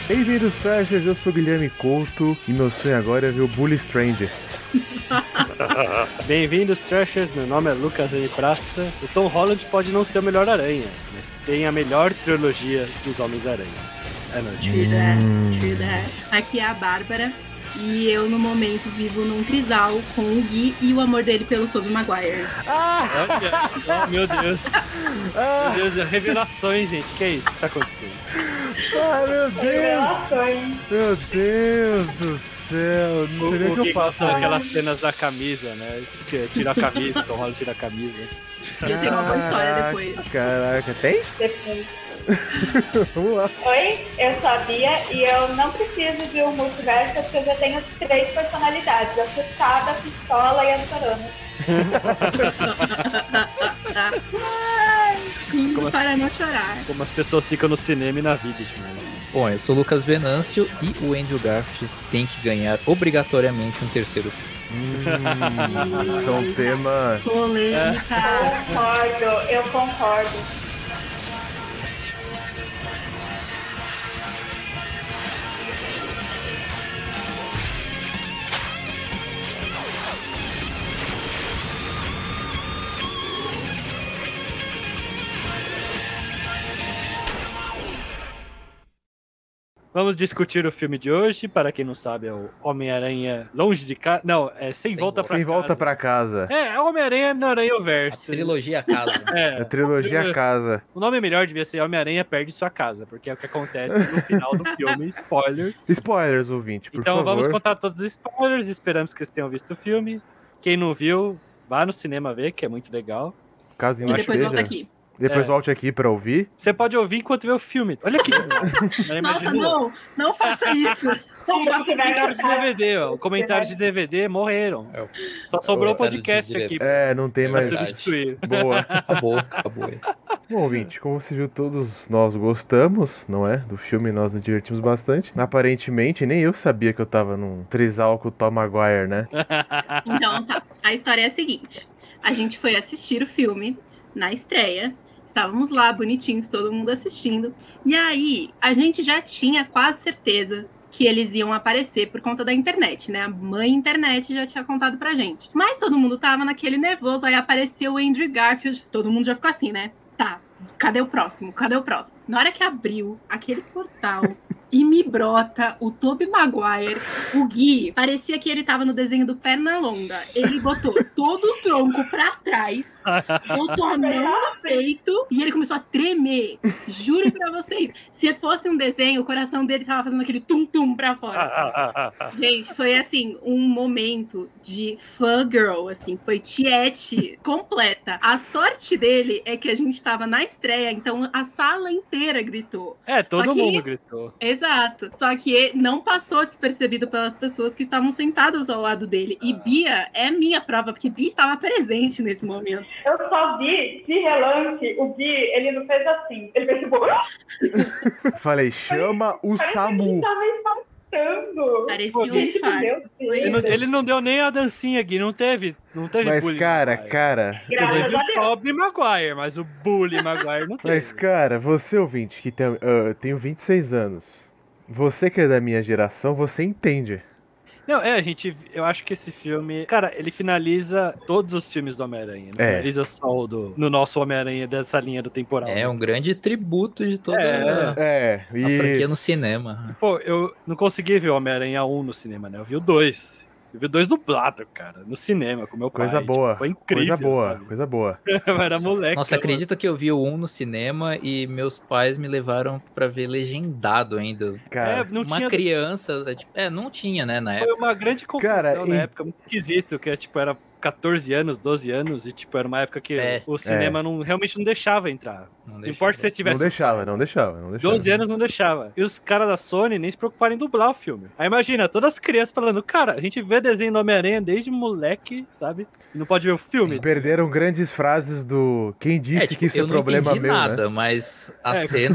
Bem-vindos, Trashers, eu sou o Guilherme Couto e meu sonho agora é ver o Bully Stranger. Bem-vindos, Trashers, meu nome é Lucas N. Praça. O Tom Holland pode não ser o melhor aranha, mas tem a melhor trilogia dos Homens-Aranha. É nóis. True that. Aqui é a Bárbara e eu, no momento, vivo num trisal com o Gui e o amor dele pelo Tobey Maguire. Olha, oh, meu Deus. Meu Deus, revelações, gente. Que é isso que tá acontecendo? Meu Deus! Meu Deus do céu! Não sei nem o que eu faço. São aquelas cenas da camisa, né? Que tira a camisa, o Tom Holland tira a camisa. Eu tenho uma boa história depois. Caraca, tem? Depois. Vamos lá. Oi, eu sou a Bia e eu não preciso de um multiverso porque eu já tenho 3 personalidades: a assustada, a pistola e a chorona. Rindo para não chorar. Como as pessoas ficam no cinema e na vida, tipo. Bom, eu sou o Lucas Venâncio e o Andrew Garfield tem que ganhar obrigatoriamente um terceiro filme. Isso é um tema... Polêmica. Eu concordo. Vamos discutir o filme de hoje. Para quem não sabe, é o Homem-Aranha Longe de Casa. Não, é Sem Volta Pra Casa. Sem Volta Pra Casa. É Homem-Aranha no Aranha-Verso. A trilogia Casa. A trilogia Casa. O nome melhor devia ser Homem-Aranha Perde Sua Casa, porque é o que acontece no final do filme. Spoilers. Spoilers, ouvinte, por então favor. Vamos contar todos os spoilers. Esperamos que vocês tenham visto o filme. Quem não viu, vá no cinema ver, que é muito legal. Caso E não depois esteja, volta aqui. Depois volte aqui pra ouvir. Você pode ouvir enquanto vê o filme. Olha que Nossa, não faça isso. Não faça comentário de DVD, ó. O comentário de DVD morreram. Só sobrou o podcast aqui. Não tem mais. Substituir. Boa. Acabou esse. Bom, ouvinte, como você viu, todos nós gostamos, não é? Do filme, nós nos divertimos bastante. Aparentemente, nem eu sabia que eu tava num trisal com o Tom Maguire, né? Então tá. A história é a seguinte: a gente foi assistir o filme na estreia. Estávamos lá, bonitinhos, todo mundo assistindo. E aí, a gente já tinha quase certeza que eles iam aparecer por conta da internet, né? A mãe internet já tinha contado pra gente. Mas todo mundo tava naquele nervoso, aí apareceu o Andrew Garfield, todo mundo já ficou assim, né? Tá, cadê o próximo? Cadê o próximo? Na hora que abriu aquele portal e me brota o Tobey Maguire, o Gui, parecia que ele tava no desenho do Pernalonga. Ele botou todo o tronco pra trás, botou a mão no peito e ele começou a tremer. Juro pra vocês, se fosse um desenho, o coração dele tava fazendo aquele tum-tum pra fora. Gente, foi assim, um momento de fangirl, assim, foi tiete completa. A sorte dele é que a gente tava na estreia, então a sala inteira gritou. Todo mundo gritou. Exato. Só que não passou despercebido pelas pessoas que estavam sentadas ao lado dele. E Bia é minha prova, porque Bia estava presente nesse momento. Eu só vi de relance, o Gui, ele não fez assim. Ele fez tipo... Falei, chama o SAMU. Parecia um infarto. Ele não deu nem a dancinha, Gui. Não teve mas, bullying. cara. Teve o Tobey Maguire, mas o Bully Maguire não teve. Mas, cara, você ouvinte, que tenho 26 anos. Você que é da minha geração, você entende. Não, eu acho que esse filme, cara, ele finaliza todos os filmes do Homem-Aranha. Não finaliza só no nosso Homem-Aranha dessa linha do temporal. É um grande tributo de toda a franquia no cinema. Pô, eu não consegui ver o Homem-Aranha 1 no cinema, né? Eu vi o 2. Eu vi o 2 dublado, cara, no cinema, com meu pai. Coisa boa. Tipo, foi incrível, Coisa boa. Eu era moleque. Nossa, acredita que eu vi o 1 no cinema e meus pais me levaram pra ver legendado ainda. Cara, não uma tinha... criança, não tinha, né, na época. Foi uma grande confusão na época, muito esquisito, que era 14 anos, 12 anos, e era uma época que o cinema realmente não deixava entrar. Não importa se você tivesse... Não deixava. 12 anos não deixava. E os caras da Sony nem se preocuparam em dublar o filme. Aí imagina, todas as crianças falando, cara, a gente vê desenho do Homem-Aranha desde moleque, sabe? E não pode ver o filme. Sim. Perderam grandes frases do quem disse que isso é problema meu, nada, né? Mas as cenas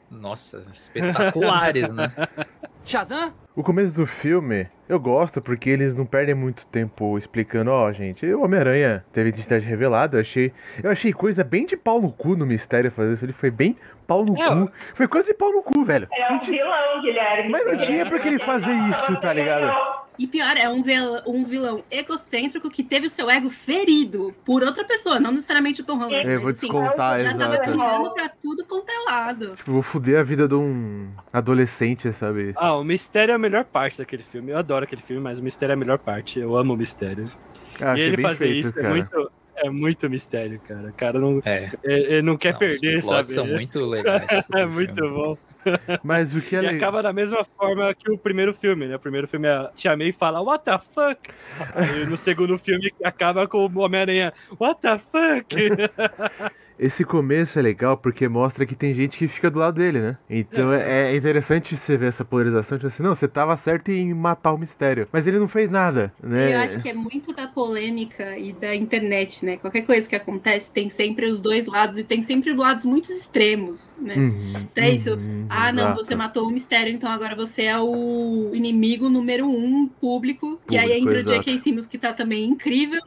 Nossa, espetaculares, né? Shazam? O começo do filme, eu gosto porque eles não perdem muito tempo explicando, gente, o Homem-Aranha teve identidade revelada, eu achei coisa bem de pau no cu no mistério fazer isso, ele foi bem pau no cu, foi coisa de pau no cu, velho. Ele é um vilão, Guilherme. Mas não tinha pra que ele fazer isso, tá ligado? E pior, é um vilão egocêntrico que teve o seu ego ferido por outra pessoa, não necessariamente o Tom Holland. Eu vou mas, assim, descontar, já tava exato. tirando pra tudo quanto é lado. Tipo, vou foder a vida de um adolescente, sabe? O mistério é a melhor parte daquele filme. Eu adoro aquele filme, mas o mistério é a melhor parte. Eu amo o mistério. E Achei ele bem fazer feito, isso cara. é muito mistério, cara. O cara não, ele não quer perder, os plots sabe? são muito legais. É muito bom. Mas o que é E legal... acaba da mesma forma que o primeiro filme, né? O primeiro filme é Tia May fala, what the fuck? Aí no segundo filme acaba com o Homem-Aranha, what the fuck? Esse começo é legal porque mostra que tem gente que fica do lado dele, né? Então é interessante você ver essa polarização, tipo assim, não, você tava certo em matar o mistério, mas ele não fez nada, né? Eu acho que é muito da polêmica e da internet, né? Qualquer coisa que acontece tem sempre os dois lados e tem sempre lados muito extremos, né? Então é isso. Não, exato. você matou o mistério, então agora você é o inimigo número 1 público. Que aí entra o exato. J.K. Simmons, que tá também incrível.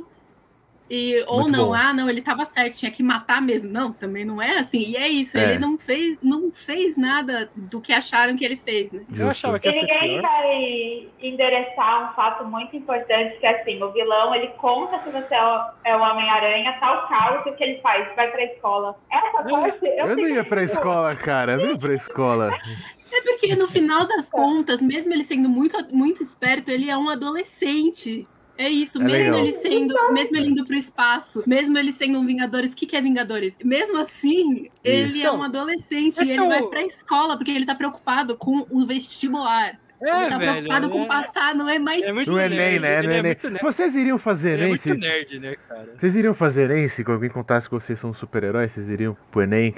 Ou Muito não, bom. não, ele tava certo, tinha que matar mesmo. Não, também não é assim. E é isso, É. ele não fez nada do que acharam que ele fez, né? Eu achava que E ia ser ninguém pior. vai endereçar um fato muito importante, que é assim, o vilão, ele conta que você é o Homem-Aranha, tal caos, e o que ele faz? Vai pra escola. Essa parte, Eu não ia pra escola, cara, eu não ia pra escola. É porque no final das contas, mesmo ele sendo muito, muito esperto, ele é um adolescente. É isso, legal. mesmo ele indo pro espaço, mesmo ele sendo um Vingadores, o que é Vingadores? Mesmo assim, ele é um adolescente e ele vai pra escola porque ele tá preocupado com o vestibular. Ele tá preocupado com passar no MIT. muito No Enem, nerd, né? ele No é Enem. muito nerd. Vocês iriam fazer Ele é Enem? muito nerd, né, cara? Vocês iriam fazer Enem se alguém contasse que vocês são super-heróis? Vocês iriam pro Enem?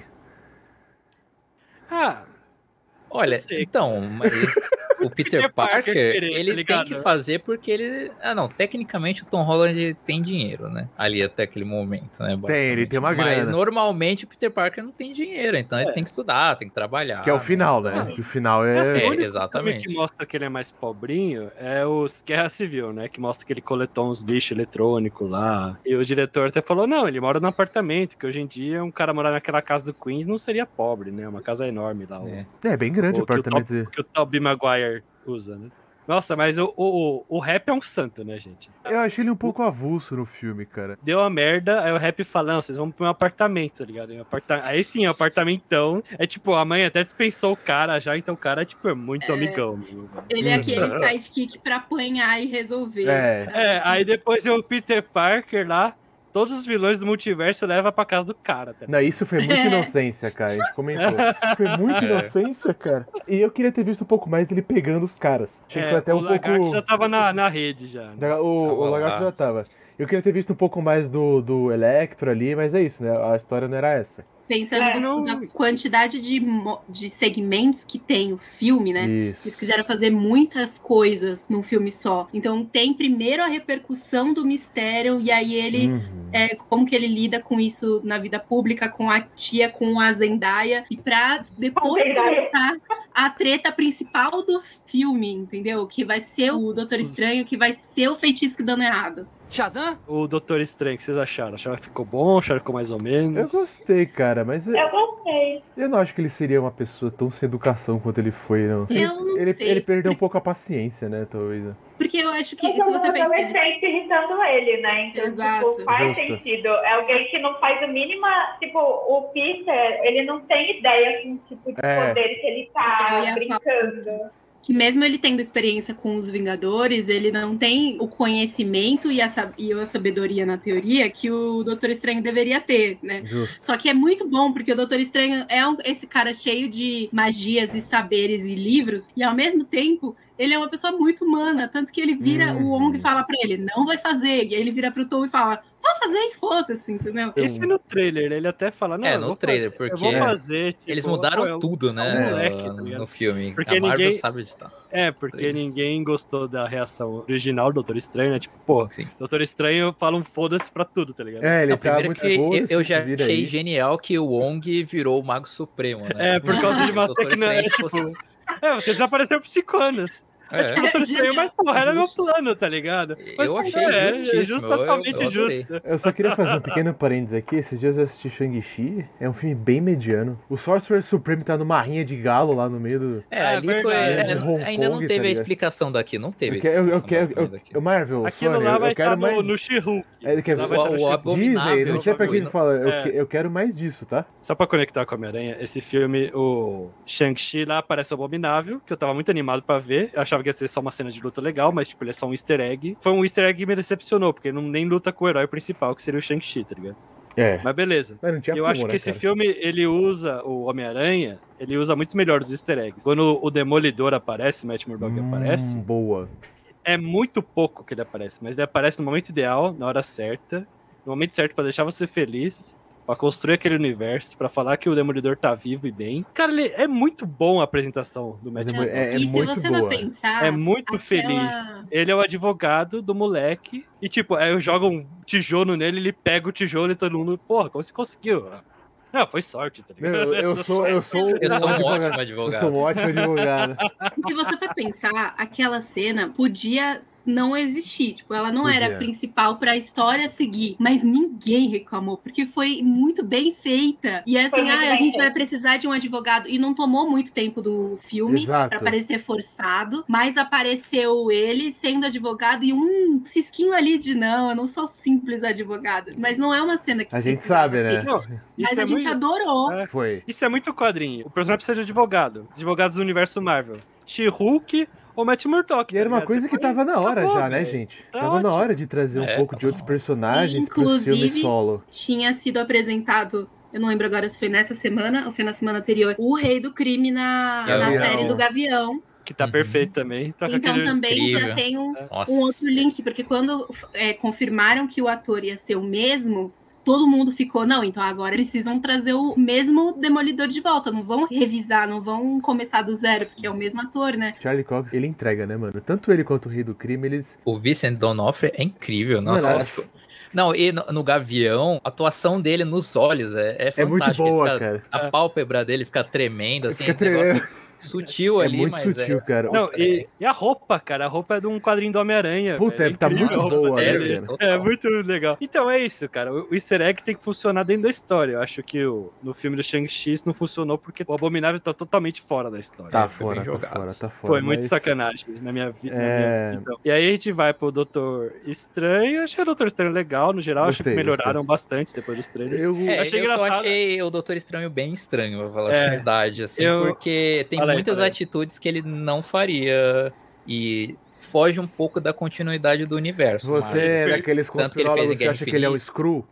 Olha, Eu sei. então, mas o Peter Parker, querer, ele tá ligado? tem que fazer porque ele... tecnicamente o Tom Holland tem dinheiro, né? Ali até aquele momento, né? Tem, ele tem uma Mas grana. normalmente o Peter Parker não tem dinheiro, então ele tem que estudar, tem que trabalhar. Que é o final, né? Que o final O é... único exatamente. filme que mostra que ele é mais pobrinho é os Guerra Civil, né? Que mostra que ele coletou uns lixos eletrônicos lá. E o diretor até falou, não, ele mora num apartamento, que hoje em dia um cara morar naquela casa do Queens não seria pobre, né? Uma casa enorme lá. É bem grande o apartamento. Que o Tobey Maguire usa, né? Nossa, mas o Rap é um santo, né, gente? Eu achei ele um pouco avulso no filme, cara. Deu uma merda, aí o Rap fala, não, vocês vão pro meu apartamento, tá ligado? Aí sim, o apartamentão. É tipo, a mãe até dispensou o cara já, então o cara é muito amigão. Ele é aquele sidekick pra apanhar e resolver. sabe? Aí depois o Peter Parker lá, todos os vilões do multiverso levam pra casa do cara. Tá? Não, isso foi muita inocência, cara. A gente comentou. Foi muita inocência, cara. E eu queria ter visto um pouco mais dele pegando os caras. Achei que foi até um pouco... Lagarto já tava na rede já. Né? O Lagarto já tava. Eu queria ter visto um pouco mais do Electro ali, mas é isso, né? A história não era essa. Pensando na quantidade de segmentos que tem o filme, né? Isso. Eles quiseram fazer muitas coisas num filme só. Então tem primeiro a repercussão do mistério, e aí ele como que ele lida com isso na vida pública, com a tia, com a Zendaya, e pra depois começar a treta principal do filme, entendeu? Que vai ser o Doutor Estranho, que vai ser o feitiço dando errado. Shazam? O Doutor Estranho, o que vocês acharam? Acharam que ficou bom? Acharam que ficou mais ou menos? Eu gostei, cara, mas Eu gostei. eu não acho que ele seria uma pessoa tão sem educação quanto ele foi, não. Eu não sei. Ele perdeu um pouco a paciência, né, talvez. Porque eu acho que, Porque se você o pensar... adolescente irritando ele, né? Então, Exato. tipo, faz Justo. sentido. É alguém que não faz o mínimo... Tipo, o Peter, ele não tem ideia com o tipo de poder que ele tá Eu ia brincando. Que mesmo ele tendo experiência com os Vingadores, ele não tem o conhecimento e a sabedoria na teoria que o Doutor Estranho deveria ter, né? Justo. Só que é muito bom, porque o Doutor Estranho é esse cara cheio de magias e saberes e livros, e ao mesmo tempo ele é uma pessoa muito humana, tanto que ele vira o Wong e fala pra ele, não vai fazer, e aí ele vira pro Tom e fala, vou fazer e foda-se, entendeu? Esse no trailer, ele até fala, não, eu no vou trailer, fazer, porque eu vou fazer, tipo, eles mudaram pô, tudo, né, moleque, tá ligado? no filme. Porque a Marvel ninguém- sabe editar. Porque Trailers. ninguém gostou da reação original do Doutor Estranho, né? Tipo, pô, Sim. Doutor Estranho fala um foda-se pra tudo, tá ligado? Ele Não, tá primeiro muito que foda-se, eu já se vira achei aí. genial que o Wong virou o Mago Supremo, né? Por causa de O uma Doutor tecnologia, Estrange tipo... fosse- Você desapareceu por 5 anos. Tipo, Doutor Estranho, mas porra, era meu Justo. plano, tá ligado? Mas, Eu pô, achei justíssimo, totalmente eu adorei. justo. Eu só queria fazer um pequeno parênteses aqui. Esses dias eu assisti Shang-Chi. É um filme bem mediano. O Sorcerer Supreme tá numa rinha de galo lá no meio do... Ali foi. verdade. Hong Ainda não Kong, teve tá a ligado? explicação daqui, não teve. Eu quero... Marvel, Aquilo Sony, lá vai eu quero estar mais... no She-Hulk. Quer Lá ver? vai estar no O She-Hulk. Abominável, Disney, não sei pra quem não- fala. É. Eu quero mais disso, tá? Só pra conectar com a Homem-Aranha, esse filme, o Shang-Chi lá aparece o Abominável, que eu tava muito animado pra ver. Eu achava que ia ser só uma cena de luta legal, mas tipo, ele é só um easter egg. Foi um easter egg que me decepcionou, porque ele não nem luta com o herói principal, que seria o Shang-Chi, tá ligado? Mas beleza. Mas não tinha Eu como, acho que né, esse cara? filme, ele usa o Homem-Aranha, ele usa muito melhor os easter eggs. Quando o Demolidor aparece, o Matt Murdock aparece, Boa. é muito pouco que ele aparece, mas ele aparece no momento ideal, na hora certa, no momento certo pra deixar você feliz, pra construir aquele universo, pra falar que o Demolidor tá vivo e bem. Cara, ele é muito bom a apresentação do Matt Murdock. É e se muito você boa. vai pensar. É muito aquela- feliz. Ele é o advogado do moleque. E, tipo, aí eu jogo um tijolo nele, ele pega o tijolo e todo mundo, porra, como você conseguiu? Não, foi sorte, tá ligado? Eu sou Eu sou um advogado. ótimo Eu advogado. sou um ótimo advogado. E se você for pensar, aquela cena podia não existir. Tipo, ela não Podia. era principal pra história seguir. Mas ninguém reclamou, porque foi muito bem feita. E Foi assim, muito a bem gente feita. vai precisar de um advogado. E não tomou muito tempo do filme Exato. pra parecer forçado. Mas apareceu ele sendo advogado e um cisquinho ali de não, eu não sou simples advogado. Mas não é uma cena que A gente precisava sabe, né? ter. Não, Mas isso a é gente muito... adorou. É. Foi. Isso é muito quadrinho. O personagem precisa de advogado. Os advogados do universo Marvel. She-Hulk ou Matt Murdock. E era tá uma ligado? coisa Você que põe- tava na hora acabou, já, né, velho. gente? Tá Tava na ótimo. hora de trazer um pouco de outros personagens pro Inclusive- filme solo. Tinha sido apresentado, eu não lembro agora se foi nessa semana ou foi na semana anterior, o Rei do Crime na Gavião. série do Gavião. Que tá perfeito também. Tá com Então aquele- também incrível. já tem Nossa. um outro link, porque quando confirmaram que o ator ia ser o mesmo, todo mundo ficou, não, então agora precisam trazer o mesmo Demolidor de volta, não vão revisar, não vão começar do zero, porque é o mesmo ator, né? Charlie Cox, ele entrega, né, mano? Tanto ele quanto o Rei do Crime, eles... O Vincent D'Onofrio é incrível. Nossa, Mano, nossa. Não, e no Gavião, a atuação dele nos olhos é é muito fantástica. Ele boa, fica- cara. A pálpebra dele fica tremenda, assim, Fica um negócio sutil É ali, muito mas sutil, cara. Não, e a roupa, cara. A roupa é de um quadrinho do Homem-Aranha. Puta, velho. tá incrível muito a roupa boa, né, dele. cara? Total. É muito legal. Então é isso, cara. O easter egg tem que funcionar dentro da história. Eu acho que no filme do Shang-Chi isso não funcionou porque o Abominável tá totalmente fora da história. Tá foi bem fora, tá jogado. fora, tá fora. Foi muito mas- sacanagem na minha É. visão. E aí a gente vai pro Doutor Estranho. Achei o Doutor Estranho legal, no geral. Achei Gostei, que melhoraram bastante depois dos trailers. Eu... Achei eu só engraçado. achei o Doutor Estranho bem estranho, pra falar É, a verdade, assim, eu- porque tem Fala aí, muitas fala aí. atitudes que ele não faria e foge um pouco da continuidade do universo. Você é mas- daqueles tanto que ele fez em conspirólogos que Guerra acha que ele é um Infinita. Screw?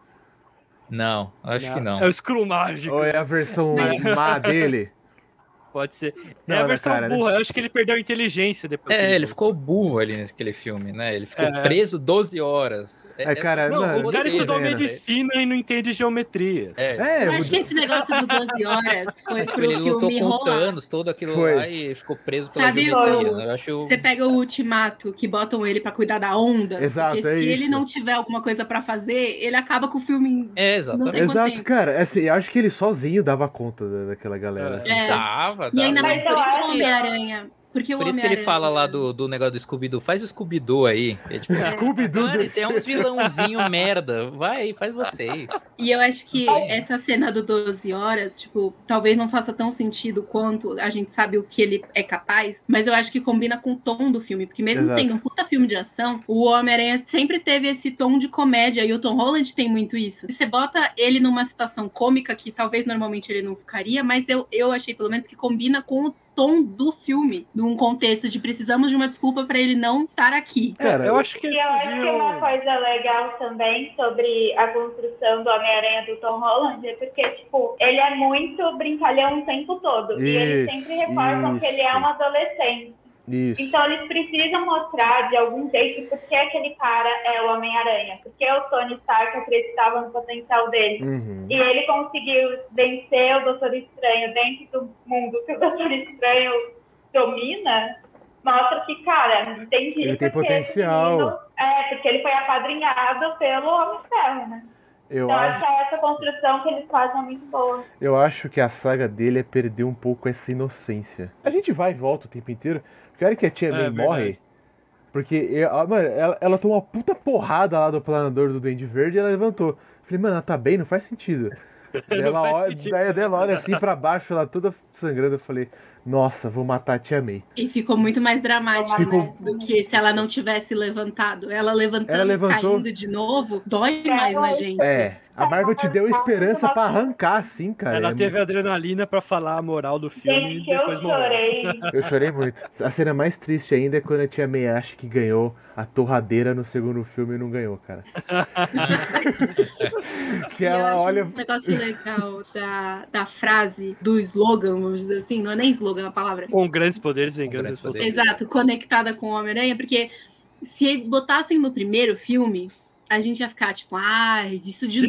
Não, acho que não. É o Skrull mágico. Ou é a versão Mas- má dele? Pode ser. Da É a hora, versão cara, né? burra. Eu acho que ele perdeu a inteligência depois. que É, ele voltou. ficou burro ali naquele filme, né? Ele ficou É. preso 12 horas. Cara, Não, mano, o cara nem estudou fudendo. medicina e não entende geometria. Eu acho que esse negócio do 12 horas foi Tipo, pro ele lutou filme com o rolar. Thanos, todo aquilo Foi. lá e ficou preso pela Sabe geometria. o- Né? Eu acho... Você pega o Ultimato, que botam ele pra cuidar da onda. Exato, porque é se ele isso. não tiver alguma coisa pra fazer, ele acaba com o filme em É, não exatamente. sei quanto Exato, tempo. cara. Assim, eu acho que ele sozinho dava conta daquela galera. assim. É. Dava. E ainda dava. mais Mas por eu isso acho- o Homem-Aranha. Porque o Por isso que ele Homem-Aranha- fala lá do negócio do Scooby-Doo. Faz o Scooby-Doo aí. É tipo, Scooby-Doo mano, desse- tem uns vilãozinho merda. Vai aí, faz vocês. E eu acho que essa cena do 12 horas, tipo, talvez não faça tão sentido quanto a gente sabe o que ele é capaz, mas eu acho que combina com o tom do filme, porque mesmo Exato. sendo um puta filme de ação, o Homem-Aranha sempre teve esse tom de comédia, e o Tom Holland tem muito isso. Você bota ele numa situação cômica que talvez normalmente ele não ficaria, mas eu achei pelo menos que combina com o tom do filme, num contexto de precisamos de uma desculpa pra ele não estar aqui. Cara, eu acho que E eles eu acho que uma podiam... coisa legal também sobre a construção do Homem-Aranha do Tom Holland é porque, tipo, ele é muito brincalhão o tempo todo. E eles Isso, sempre reforçam que ele é isso. um adolescente. Isso. Então eles precisam mostrar de algum jeito por que aquele cara é o Homem-Aranha. Porque o Tony Stark acreditava no potencial dele. Uhum. E ele conseguiu vencer o Doutor Estranho dentro do mundo que o Doutor Estranho domina. Mostra que, cara, entendi. Ele tem potencial. Porque ele foi apadrinhado pelo Homem-Ferro, né? Então acho que essa construção que eles fazem é muito boa. Eu acho que a saga dele é perder um pouco essa inocência. A gente vai e volta o tempo inteiro. Porque a hora que a Tia May morre... Porque, mano, ela tomou uma puta porrada lá do planador do Duende Verde e ela levantou. Falei, mano, ela tá bem? Não faz sentido. Daí ela olha assim pra baixo, ela toda sangrando. Eu falei, nossa, vou matar a Tia May. E ficou muito mais dramático, né? Do que se ela não tivesse levantado. Ela levantando e caindo de novo, dói mais na gente. A Marvel te deu esperança pra arrancar, assim, cara. Ela teve adrenalina pra falar a moral do filme Gente, e depois morreu. Eu chorei muito. A cena mais triste ainda é quando a Tia May acha que ganhou a torradeira no segundo filme e não ganhou, cara. Que ela olha... Um negócio legal da frase, do slogan, vamos dizer assim, não é nem slogan a palavra. Com grandes poderes vem grandes responsabilidades. Exato, conectada com o Homem-Aranha, porque se botassem no primeiro filme, a gente ia ficar tipo, isso de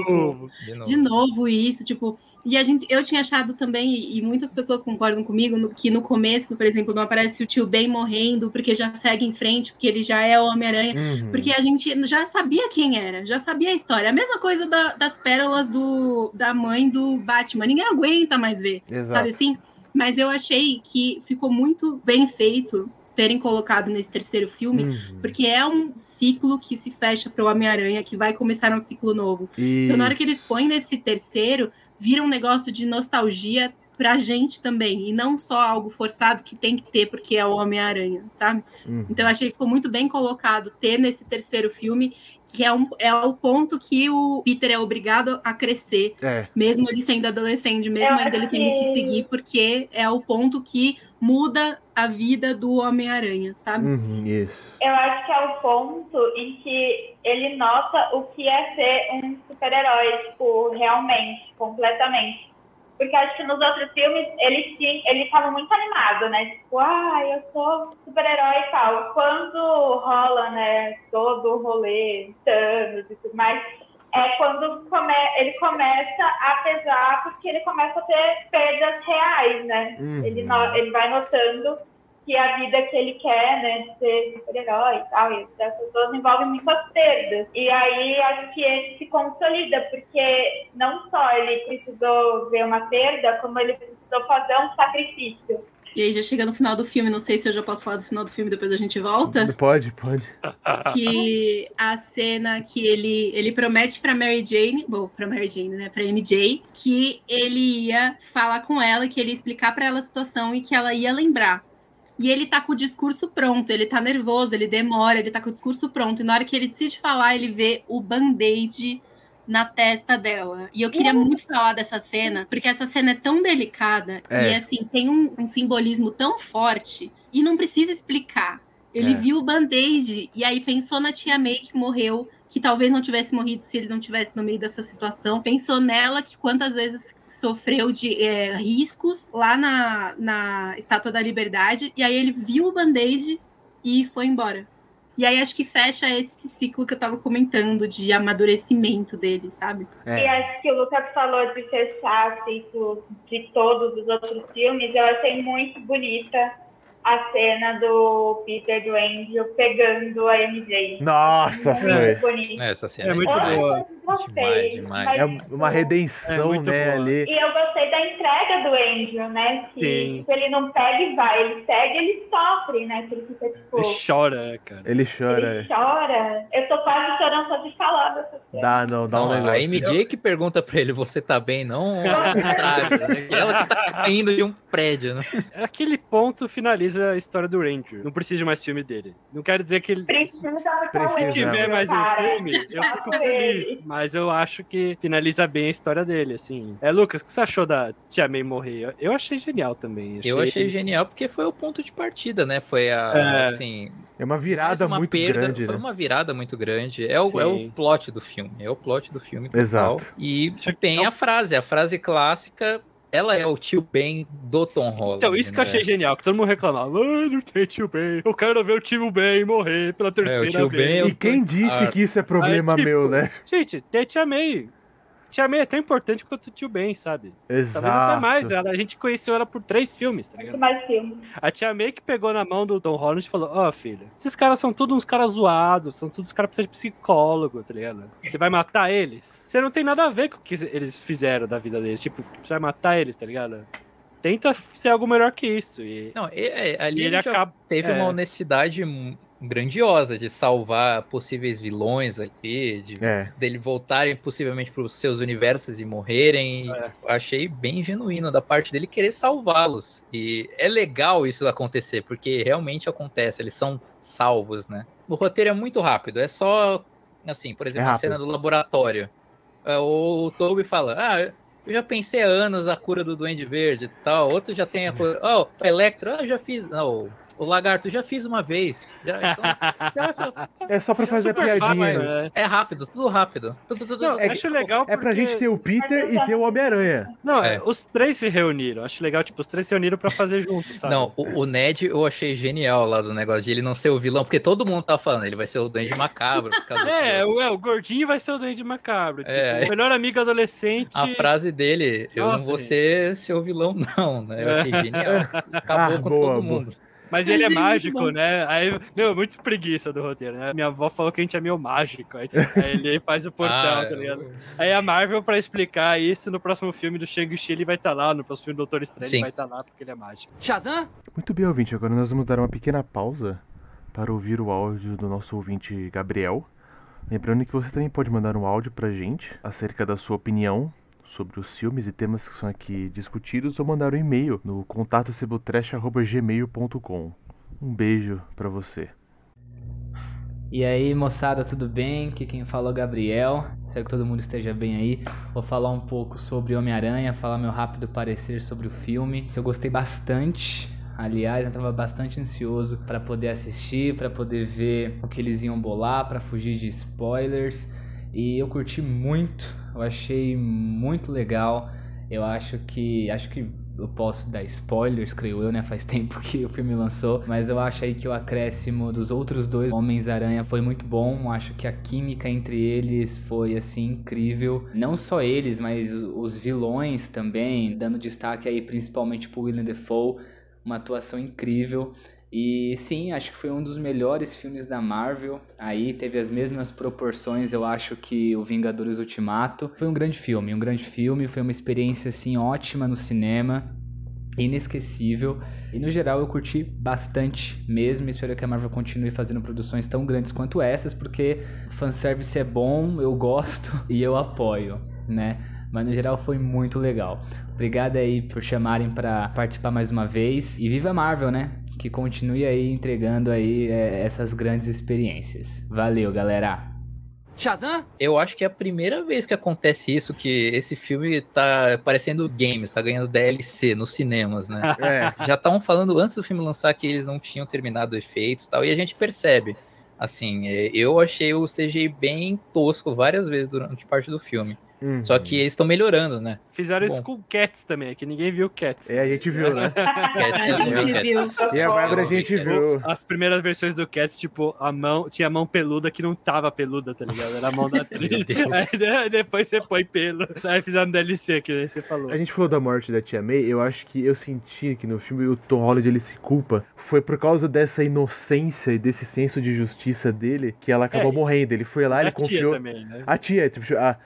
novo isso, tipo, e eu tinha achado também, e muitas pessoas concordam comigo, que no começo, por exemplo, não aparece o tio Ben morrendo, porque já segue em frente, porque ele já é o Homem-Aranha, porque a gente já sabia quem era, já sabia a história, a mesma coisa das pérolas da mãe do Batman, ninguém aguenta mais ver, sabe assim? Mas eu achei que ficou muito bem feito terem colocado nesse terceiro filme, porque é um ciclo que se fecha para o Homem-Aranha, que vai começar um ciclo novo. Então, na hora que eles põem nesse terceiro, vira um negócio de nostalgia pra gente também, e não só algo forçado que tem que ter porque é o Homem-Aranha, sabe? Então, eu achei que ficou muito bem colocado ter nesse terceiro filme, que é o ponto que o Peter é obrigado a crescer, mesmo ele sendo adolescente, mesmo ainda ele tendo que seguir, porque é o ponto que muda a vida do Homem-Aranha, sabe? Isso. Eu acho que é o ponto em que ele nota o que é ser um super-herói, tipo, realmente, completamente. Porque acho que nos outros filmes ele tava muito animado, né? Tipo, eu sou super-herói e tal. Quando rola, né, todo o rolê, Thanos e tudo mais, é quando ele começa a pesar, porque ele começa a ter perdas reais, né? Ele vai notando que a vida que ele quer, né, de ser super-herói e tal, e as pessoas envolvem muitas perdas. E aí acho que ele se consolida, porque não só ele precisou ver uma perda, como ele precisou fazer um sacrifício. E aí já chega no final do filme, não sei se eu já posso falar do final do filme, depois a gente volta. Pode. Que a cena que ele promete pra Mary Jane, né, pra MJ, que ele ia falar com ela, que ele ia explicar pra ela a situação e que ela ia lembrar. E ele tá com o discurso pronto, ele tá nervoso, ele demora, ele tá com o discurso pronto. E na hora que ele decide falar, ele vê o band-aid na testa dela. E eu queria muito falar dessa cena, porque essa cena é tão delicada e, assim, tem um simbolismo tão forte e não precisa explicar. Ele viu o band-aid e aí pensou na Tia May que morreu, que talvez não tivesse morrido se ele não tivesse no meio dessa situação. Pensou nela, que quantas vezes sofreu de riscos lá na Estátua da Liberdade. E aí ele viu o band-aid e foi embora. E aí acho que fecha esse ciclo que eu tava comentando de amadurecimento dele, sabe? E acho que o Lucas falou de fechar ciclo de todos os outros filmes. Eu achei muito bonita a cena do Peter do Andrew pegando a MJ. Nossa, foi. Bonita. Essa cena é muito boa. Gostei, Demais. É uma redenção, né, boa. ali. E eu gostei da entrega do Andrew, né? Que tipo, ele não pega e vai, ele segue, ele sofre, né? Que ele fica tipo. Ele chora, cara. Ele chora. Ele chora. Eu tô quase chorando só de falar dessa cena. Dá um negócio. A MJ que pergunta pra ele, você tá bem? Não ao contrário. Né? Ela que tá caindo de um prédio, né? Aquele ponto finaliza a história do Ranger. Não precisa de mais filme dele. Não quero dizer que ele... Precisa Se tiver mais um filme, eu fico feliz. Mas eu acho que finaliza bem a história dele, assim. Lucas, o que você achou da Tia May morrer? Eu achei genial também. Eu achei genial porque foi o ponto de partida, né? Foi assim... É uma virada muito grande, Foi né? uma virada muito grande. É o plot do filme. É o plot do filme total. Exato. E tem a frase clássica ela é o tio Ben do Tom Holland. Então, isso que eu achei genial, que todo mundo reclamava. Não tem tio Ben, eu quero ver o tio Ben morrer pela terceira o tio vez. Ben, E quem disse que isso é problema tipo, meu, né? Gente, tem a Tia May. Tia May é tão importante quanto o tio Ben, sabe? Exato. Talvez até mais. A gente conheceu ela por 3 filmes, tá ligado? Muito mais filme. A Tia May que pegou na mão do Tom Holland e falou: Ó, filha, esses caras são todos uns caras zoados, são todos uns caras que precisam de psicólogo, tá ligado? Você vai matar eles? Você não tem nada a ver com o que eles fizeram da vida deles. Tipo, você vai matar eles, tá ligado? Tenta ser algo melhor que isso. E Não, ali e ele já teve uma honestidade grandiosa de salvar possíveis vilões ali, dele voltarem possivelmente para os seus universos e morrerem. Eu achei bem genuíno da parte dele querer salvá-los. E é legal isso acontecer, porque realmente acontece, eles são salvos, né? O roteiro é muito rápido, é só, assim, por exemplo, a cena do laboratório. O Toby fala, eu já pensei há anos a cura do Duende Verde e tal. Outro já tem a cura. O Electro, eu já fiz. Não, o Lagarto, já fiz uma vez. É só pra fazer a piadinha. Fácil, né? É rápido, tudo rápido. Não, acho legal porque... É pra gente ter o Peter e ter o Homem-Aranha. Não, os 3 se reuniram. Acho legal, tipo, os 3 se reuniram pra fazer juntos, sabe? Não, o Ned eu achei genial lá do negócio de ele não ser o vilão, porque todo mundo tá falando, ele vai ser o Duende Macabro. Por causa o gordinho vai ser o Duende Macabro. Tipo, o melhor amigo adolescente... A frase dele, eu não vou ser seu vilão, não, né? Eu achei genial. Acabou com todo mundo. Mas ele é mágico, né? Aí, muito preguiça do roteiro, né? Minha avó falou que a gente é meio mágico. Aí ele faz o portal, tá ligado? Aí a Marvel, pra explicar isso, no próximo filme do Shang-Chi, ele vai estar lá. No próximo filme do Doutor Estranho, ele vai estar lá, porque ele é mágico. Shazam! Muito bem, ouvinte. Agora nós vamos dar uma pequena pausa para ouvir o áudio do nosso ouvinte Gabriel. Lembrando que você também pode mandar um áudio pra gente acerca da sua opinião sobre os filmes e temas que são aqui discutidos, ou mandar um e-mail no contatocebotrash@gmail.com. Um beijo pra você. E aí, moçada, tudo bem? Aqui quem fala é o Gabriel. Espero que todo mundo esteja bem aí. Vou falar um pouco sobre Homem-Aranha, falar meu rápido parecer sobre o filme, que eu gostei bastante. Aliás, eu estava bastante ansioso para poder assistir, para poder ver o que eles iam bolar, para fugir de spoilers. E eu curti muito. Eu achei muito legal. Eu acho que eu posso dar spoilers, creio eu, né? Faz tempo que o filme lançou. Mas eu acho aí que o acréscimo dos outros 2 Homens-Aranha foi muito bom. Eu acho que a química entre eles foi, assim, incrível. Não só eles, mas os vilões também. Dando destaque aí principalmente pro Willem Dafoe. Uma atuação incrível. E sim, acho que foi um dos melhores filmes da Marvel. Aí teve as mesmas proporções, eu acho, que o Vingadores Ultimato. Foi um grande filme, foi uma experiência assim ótima no cinema, inesquecível. E no geral eu curti bastante mesmo. Espero que a Marvel continue fazendo produções tão grandes quanto essas, porque fanservice é bom, eu gosto e eu apoio, né? Mas no geral foi muito legal. Obrigado aí por chamarem para participar mais uma vez. E viva a Marvel, né? Que continue aí entregando aí essas grandes experiências. Valeu, galera! Shazam! Eu acho que é a primeira vez que acontece isso, que esse filme tá parecendo games, tá ganhando DLC nos cinemas, né? Já estavam falando antes do filme lançar que eles não tinham terminado efeitos e tal, e a gente percebe. Assim, eu achei o CGI bem tosco várias vezes durante parte do filme. Só que eles estão melhorando, né? Fizeram isso com Cats também, que ninguém viu Cats. A gente viu, né? A gente viu. E a Bárbara a gente viu. As primeiras versões do Cats, tipo, tinha a mão peluda que não tava peluda, tá ligado? Era a mão da atriz. Aí depois você põe pelo. Aí fizeram DLC, que nem você falou. A gente falou da morte da Tia May, eu acho que eu senti que no filme o Tom Holland ele se culpa. Foi por causa dessa inocência e desse senso de justiça dele que ela acabou morrendo. Ele foi lá, ele confiou. Também, né? A tia, tipo,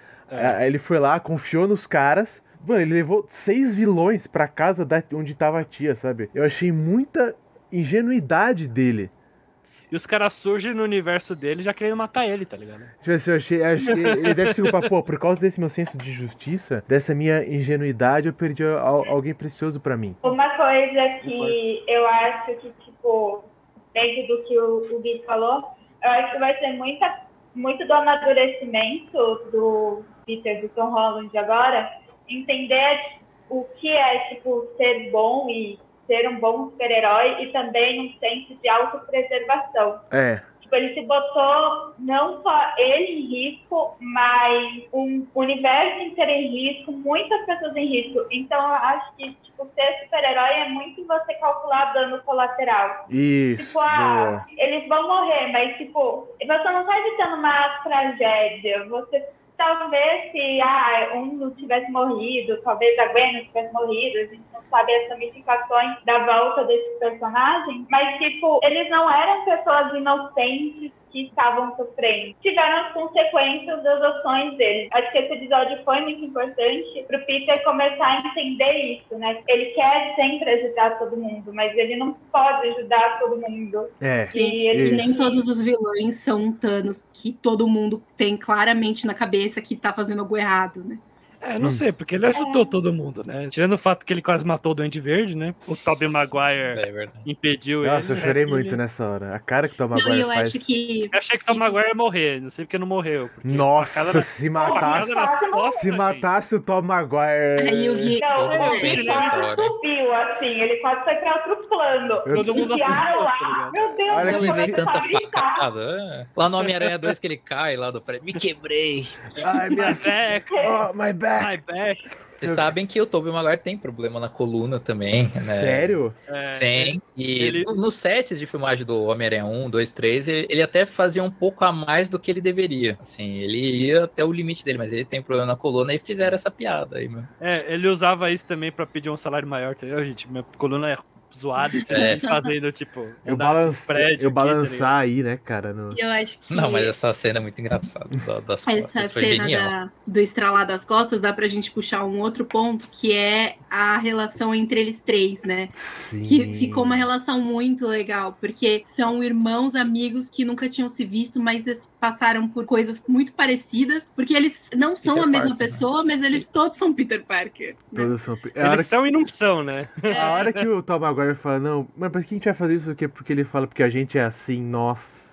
ele foi lá, confiou nos caras. Mano, ele levou 6 vilões pra casa onde tava a tia, sabe? Eu achei muita ingenuidade dele. E os caras surgem no universo dele já querendo matar ele, tá ligado? Tipo assim, eu achei ele deve se culpar, por causa desse meu senso de justiça, dessa minha ingenuidade, eu perdi alguém precioso pra mim. Uma coisa que eu acho que, tipo, dentro do que o Gui falou, eu acho que vai ser muito do amadurecimento do Peter, do Tom Holland agora, entender o que é, tipo, ser bom e ser um bom super-herói e também um senso de autopreservação. Tipo, ele se botou não só ele em risco, mas um universo inteiro em risco, muitas pessoas em risco. Então, eu acho que, tipo, ser super-herói é muito você calcular dano colateral. Isso, tipo, eles vão morrer, mas, tipo, você não tá evitando uma tragédia. Você, talvez, se um não tivesse morrido, talvez a Gwen não tivesse morrido, a gente não sabe as ramificações da volta desses personagens, mas, tipo, eles não eram pessoas inocentes que estavam sofrendo. Tiveram as consequências das ações deles. Acho que esse episódio foi muito importante pro Peter começar a entender isso, né? Ele quer sempre ajudar todo mundo, mas ele não pode ajudar todo mundo. E nem todos os vilões são um Thanos que todo mundo tem claramente na cabeça que tá fazendo algo errado, né? Não sei, porque ele ajudou todo mundo, né? Tirando o fato que ele quase matou o Duende Verde, né? O Tobey Maguire impediu ele. Nossa, eu chorei muito nessa hora. A cara que o Tobey Maguire faz. Eu achei que o Tobey Maguire ia morrer, não sei porque não morreu. Nossa, se matasse o Tobey Maguire... Aí o Gui... Ele quase subiu, assim, ele quase foi pra outro plano. Todo mundo assustou, tá meu Deus, eu levei tanta facada. Lá no Homem-Aranha 2 que ele cai lá do prédio. Me quebrei. Ai, minha back. Oh, my back. Vocês sabem que o Tobey Maguire tem problema na coluna também, né? Sério? Sim. E nos sets de filmagem do Homem-Aranha 1, 2, 3, ele até fazia um pouco a mais do que ele deveria. Assim, ele ia até o limite dele, mas ele tem problema na coluna e fizeram essa piada aí, meu. Ele usava isso também pra pedir um salário maior, entendeu, gente? Minha coluna é zoada, fazendo, tipo... Eu balançar aí, né, cara? Eu acho que... Não, mas essa cena é muito engraçada. Das costas, essa cena do estralar das costas dá pra gente puxar um outro ponto, que é a relação entre eles três, né? Sim. Que ficou uma relação muito legal, porque são irmãos, amigos que nunca tinham se visto, mas eles passaram por coisas muito parecidas, porque eles não são a mesma pessoa, mas eles todos são Peter Parker. Né? Todos são... Eles são e não são, né? A hora que o Tobey Maguire fala, não, mas por que a gente vai fazer isso? Porque ele fala, porque a gente é assim, nossa.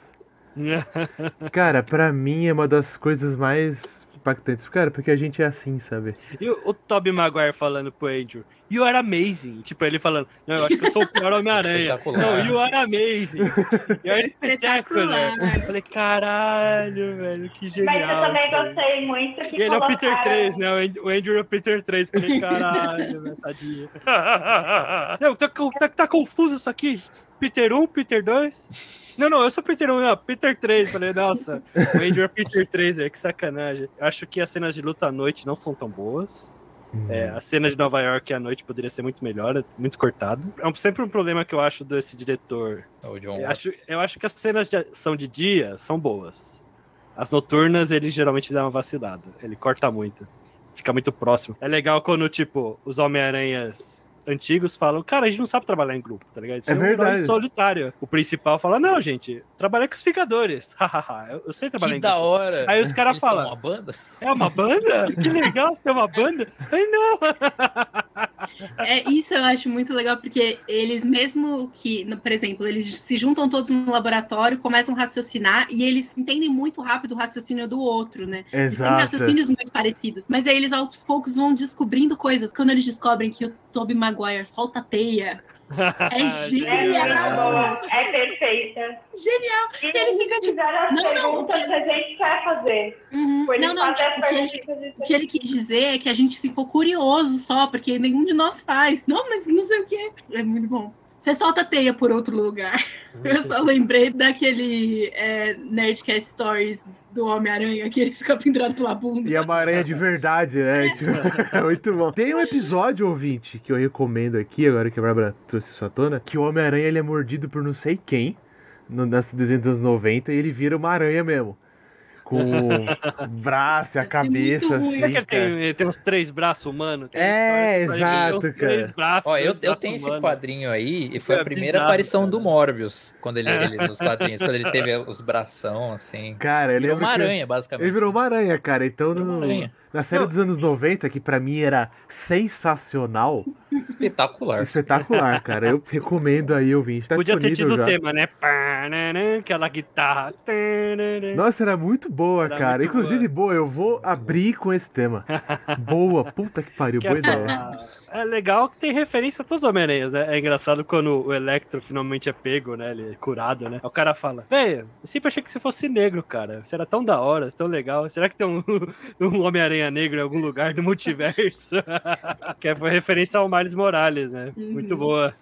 Cara, pra mim é uma das coisas mais impactantes. Cara, porque a gente é assim, sabe? E o Tobey Maguire falando pro Andrew, you are amazing. Tipo, ele falando, não, eu acho que eu sou o pior Homem-Aranha. Não, you are amazing. You are spectacular. Eu falei, caralho, velho, que genial. Mas eu também gostei muito que ele é o Peter 3, né? O Andrew é o Peter 3. Falei, caralho, velho, tadinho. Não, tá confuso isso aqui? Peter 1, Peter 2... Não, eu sou Peter 1, não, Peter 3. Falei, nossa, o Andrew é Peter 3, que sacanagem. Eu acho que as cenas de luta à noite não são tão boas. A cena de Nova York à noite poderia ser muito melhor, muito cortado. É sempre um problema que eu acho desse diretor. Eu acho que as cenas de ação de dia são boas. As noturnas, ele geralmente dá uma vacilada. Ele corta muito. Fica muito próximo. É legal quando, tipo, os Homem-Aranhas antigos falam, cara, a gente não sabe trabalhar em grupo, tá ligado? Isso é verdade. Um solitário. O principal fala, não, gente, trabalhar com os Vingadores. eu sei trabalhar em grupo. Que da hora. Aí os caras falam, é uma banda? É uma banda? Que legal, você tem uma banda? Aí não. Isso eu acho muito legal, porque eles mesmo que, por exemplo, eles se juntam todos no laboratório, começam a raciocinar, e eles entendem muito rápido o raciocínio do outro, né? Exato. Eles têm raciocínios muito parecidos, mas aí eles aos poucos vão descobrindo coisas. Quando eles descobrem que o Tobey Maguire solta a teia, é genial! É perfeita. Genial! E ele fica tipo... Não, que a gente quer fazer. O que ele quis dizer é que a gente ficou curioso só, porque nenhum de nós faz. Não, mas não sei o que. É muito bom. Você solta a teia por outro lugar. Eu só lembrei daquele Nerdcast Stories do Homem-Aranha, que ele fica pendurado pela bunda. E é uma aranha de verdade, né? É muito bom. Tem um episódio, ouvinte, que eu recomendo aqui, agora que a Bárbara trouxe isso à tona, que o Homem-Aranha ele é mordido por não sei quem, nas desenhos dos anos 90, e ele vira uma aranha mesmo. Com o braço e a cabeça, assim, ele tem uns 3 braços humanos. Exato, cara. 3 braços, eu tenho esse quadrinho aí, e foi a primeira aparição do Morbius, quando ele nos quadrinhos, quando ele teve os bração, assim. Cara, ele virou uma aranha, basicamente. Ele virou uma aranha, cara, então Na série dos anos 90, que pra mim era sensacional. Espetacular, cara. Eu recomendo aí, ouvinte. Tá Podia ter tido já. o tema, né? Aquela guitarra. Nossa, era muito boa, era cara. muito Inclusive, boa, eu vou abrir com esse tema. Boa, puta que pariu, boa ideia. É legal que tem referência a todos os Homem-Aranhas, né? É engraçado quando o Electro finalmente é pego, né? Ele é curado, né? O cara fala, velho, eu sempre achei que você fosse negro, cara. Você era tão da hora, tão legal. Será que tem um Homem-Aranha negro em algum lugar do multiverso? Que foi referência ao Miles Morales, né? Muito boa.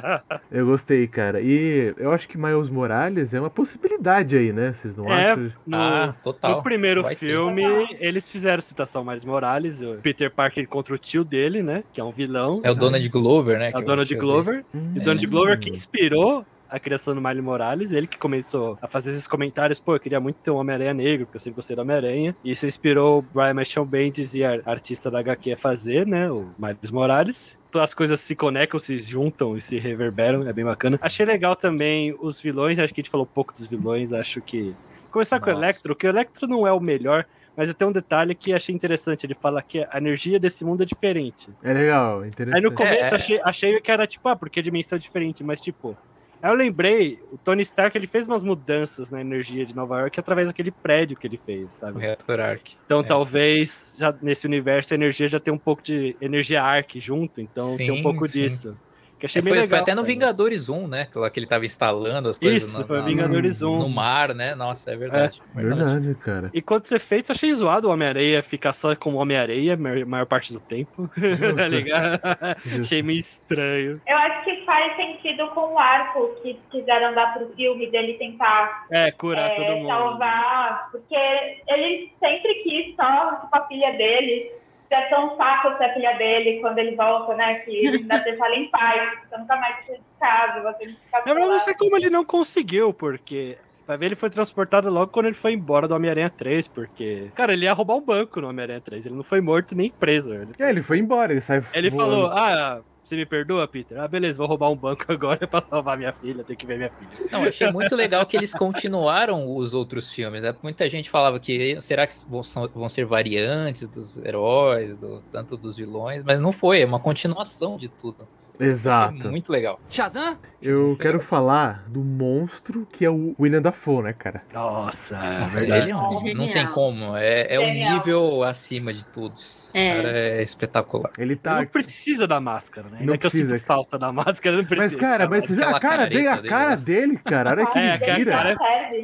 Eu gostei, cara. E eu acho que Miles Morales é uma possibilidade aí, né? Vocês não acham? Total. No primeiro filme, eles fizeram citação Miles Morales, o Peter Parker contra o tio dele, né? Que é um vilão. É o Donald Glover, né? É o Donald Glover. E o Donald Glover que inspirou a criação do Miles Morales, ele que começou a fazer esses comentários, pô, eu queria muito ter um Homem-Aranha negro, porque eu sempre gostei do Homem-Aranha, e isso inspirou o Brian Michael Bendis e a artista da HQ a fazer, né, o Miles Morales. As coisas se conectam, se juntam e se reverberam, é bem bacana. Achei legal também os vilões, acho que a gente falou pouco dos vilões, acho que... Começar com o Electro, que o Electro não é o melhor, mas tem um detalhe que achei interessante, ele fala que a energia desse mundo é diferente. É legal, interessante. Aí no começo achei que era tipo, porque a dimensão é diferente, mas tipo... Aí eu lembrei, o Tony Stark, ele fez umas mudanças na energia de Nova York através daquele prédio que ele fez, sabe? O reator Arc. Então talvez, já nesse universo, a energia já tem um pouco de energia Arc junto, então tem um pouco disso. Que achei bem legal. Foi até no Vingadores 1, né? Que ele tava instalando as coisas foi Vingadores 1. No mar, né? Nossa, é verdade. Verdade, cara. E quando você fez, eu achei zoado o Homem-Aranha ficar só como Homem-Aranha a maior parte do tempo. Tá ligado? Achei meio estranho. Eu acho que faz sentido com o arco que quiseram dar pro filme dele tentar curar todo mundo. Salvar, porque ele sempre quis só com a filha dele. Já tão um saco ser a filha dele quando ele volta, né? Que ele ainda deixa ela em paz. Você nunca mais precisa de casa, você tem que ficar. Eu não sei como ele não conseguiu, porque. Vai ver, ele foi transportado logo quando ele foi embora do Homem-Aranha 3, porque... Cara, ele ia roubar o banco no Homem-Aranha 3. Ele não foi morto nem preso. Ele foi embora, ele saiu Ele voando. falou, você me perdoa, Peter? Ah, beleza, vou roubar um banco agora pra salvar minha filha, tem que ver minha filha. Não, achei muito legal que eles continuaram os outros filmes, né? Muita gente falava que será que vão ser variantes dos heróis, tanto dos vilões, mas não foi, é uma continuação de tudo. Exato. Muito legal. Shazam? Eu quero falar do monstro que é o William Dafoe, né, cara? Nossa, é verdade. Ele não tem como. É um nível acima de todos. Cara, é espetacular. Ele tá... Não precisa da máscara, né? Não é que precisa. Eu sinto falta da máscara, não precisa. Mas, cara, você vê a cara dele, cara. Olha que ele vira.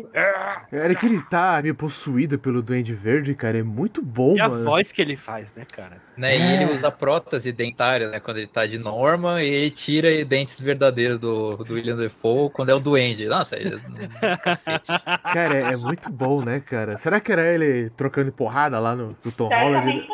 Olha que ele tá meio possuído pelo Duende Verde, cara. É muito bom, mano. E a voz que ele faz, né, cara? Né? E ele usa prótese dentária, né? Quando ele tá de norma, e ele tira dentes verdadeiros do William Dafoe quando é o Duende. Nossa, cacete. Cara, é muito bom, né, cara? Será que era ele trocando porrada lá no Tom Holland?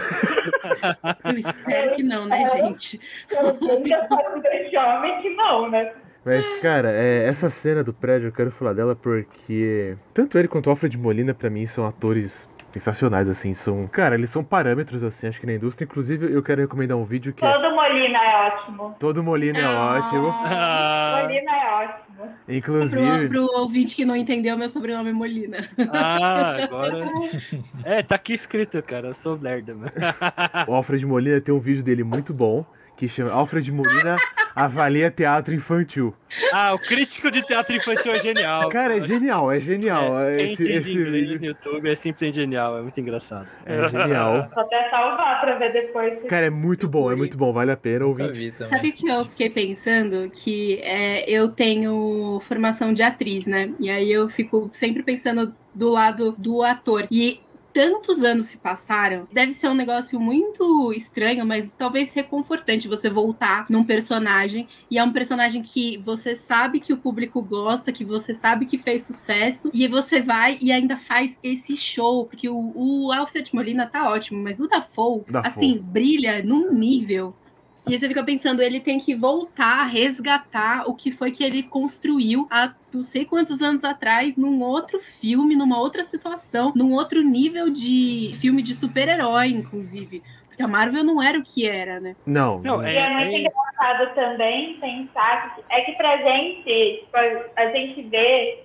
Eu espero que não, né, gente? Eu falo desse homem que não, né? Mas, cara, essa cena do prédio, eu quero falar dela porque tanto ele quanto o Alfred Molina, pra mim, são atores sensacionais, assim, cara, eles são parâmetros, assim, acho que na indústria. Inclusive, eu quero recomendar um vídeo que Todo Molina é ótimo. Todo Molina é ótimo. Molina é ótimo. Inclusive... Pro ouvinte que não entendeu, meu sobrenome é Molina. Agora... tá aqui escrito, cara, eu sou lerdo, mano. O Alfred Molina tem um vídeo dele muito bom, que chama Alfred Molina avalia teatro infantil. O crítico de teatro infantil é genial. Cara, é genial. Quem entende inglês no YouTube é sempre genial, é muito engraçado. É genial. Vou até salvar pra ver depois. Cara, é muito bom, vale a pena ouvir. Sabe o que eu fiquei pensando? Que eu tenho formação de atriz, né? E aí eu fico sempre pensando do lado do ator. E tantos anos se passaram, deve ser um negócio muito estranho, mas talvez reconfortante você voltar num personagem, e é um personagem que você sabe que o público gosta, que você sabe que fez sucesso, e você vai e ainda faz esse show, porque o Alfred Molina tá ótimo, mas o Dafoe, assim, brilha num nível... E aí você fica pensando, ele tem que voltar, resgatar o que foi que ele construiu há não sei quantos anos atrás, num outro filme, numa outra situação, num outro nível de filme de super-herói, inclusive. Porque a Marvel não era o que era, né? Não. E é muito engraçado também pensar que pra gente, tipo, a gente vê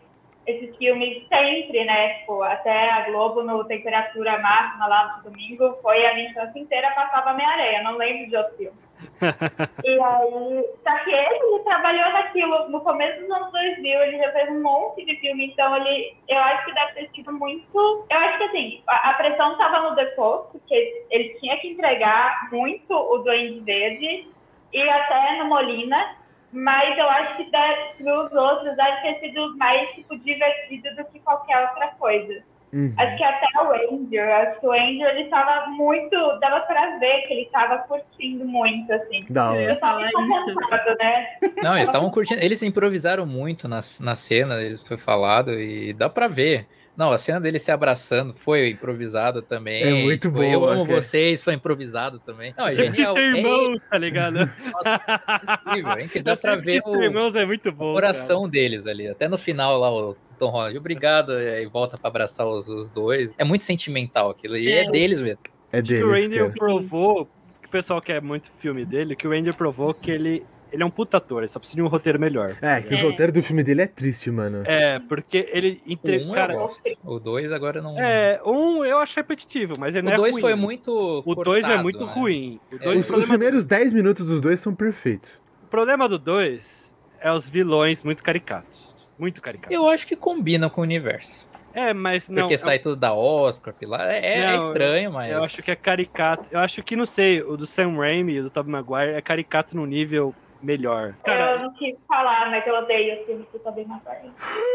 esses filmes sempre, né? Tipo, até a Globo no Temperatura Máxima lá no domingo, foi a minha infância inteira passava Homem-Aranha, não lembro de outro filme. E aí, só que ele trabalhou naquilo no começo dos anos 2000, ele já fez um monte de filme, então eu acho que deve ter sido muito... Eu acho que assim, a pressão estava no Defoe, porque ele tinha que entregar muito o Duende Verde e até no Molina, mas eu acho que os outros deve ter sido mais tipo, divertido do que qualquer outra coisa. Acho que até o Andrew, ele tava muito, dava pra ver que ele tava curtindo muito, assim. Não, eu ia falar isso. Né? Não, eles estavam curtindo, eles improvisaram muito na cena, eles foi falado e dá pra ver. Não, a cena dele se abraçando foi improvisada também. É muito tipo, boa. Eu amo vocês, foi improvisado também. Não, é Sempre genial. quis ter irmãos, tá ligado? Nossa, incrível, hein? Que dá pra ver irmãos é muito bom, o coração deles ali. Até no final lá, o Tom Holland, obrigado, e volta pra abraçar os dois. É muito sentimental aquilo, e é deles mesmo. É deles, o Randy provou, que o pessoal quer muito filme dele, que o Randy provou que ele é um puta ator, ele só precisa de um roteiro melhor. Que o roteiro do filme dele é triste, mano. Porque ele... eu gosto. O 2 agora não... eu acho repetitivo, mas ele não é ruim. O 2 foi muito O 2 é muito ruim. Os primeiros 10 minutos dos dois são perfeitos. O problema do 2 é os vilões muito caricatos. Muito caricatos. Eu acho que combina com o universo. Mas não... Porque sai tudo da Oscar, lá. É estranho, mas... Eu acho que é caricato. Eu acho que, não sei, o do Sam Raimi e o do Tobey Maguire é caricato no nível... melhor. Eu não quis falar, mas eu odeio o filme do Tobey Maguire.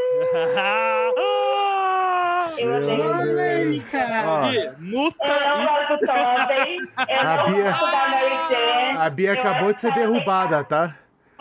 Eu odeio. Multa. Eu não gosto do Tobey. Eu não gosto da Mary Jane. A Bia acabou de ser derrubada, tá?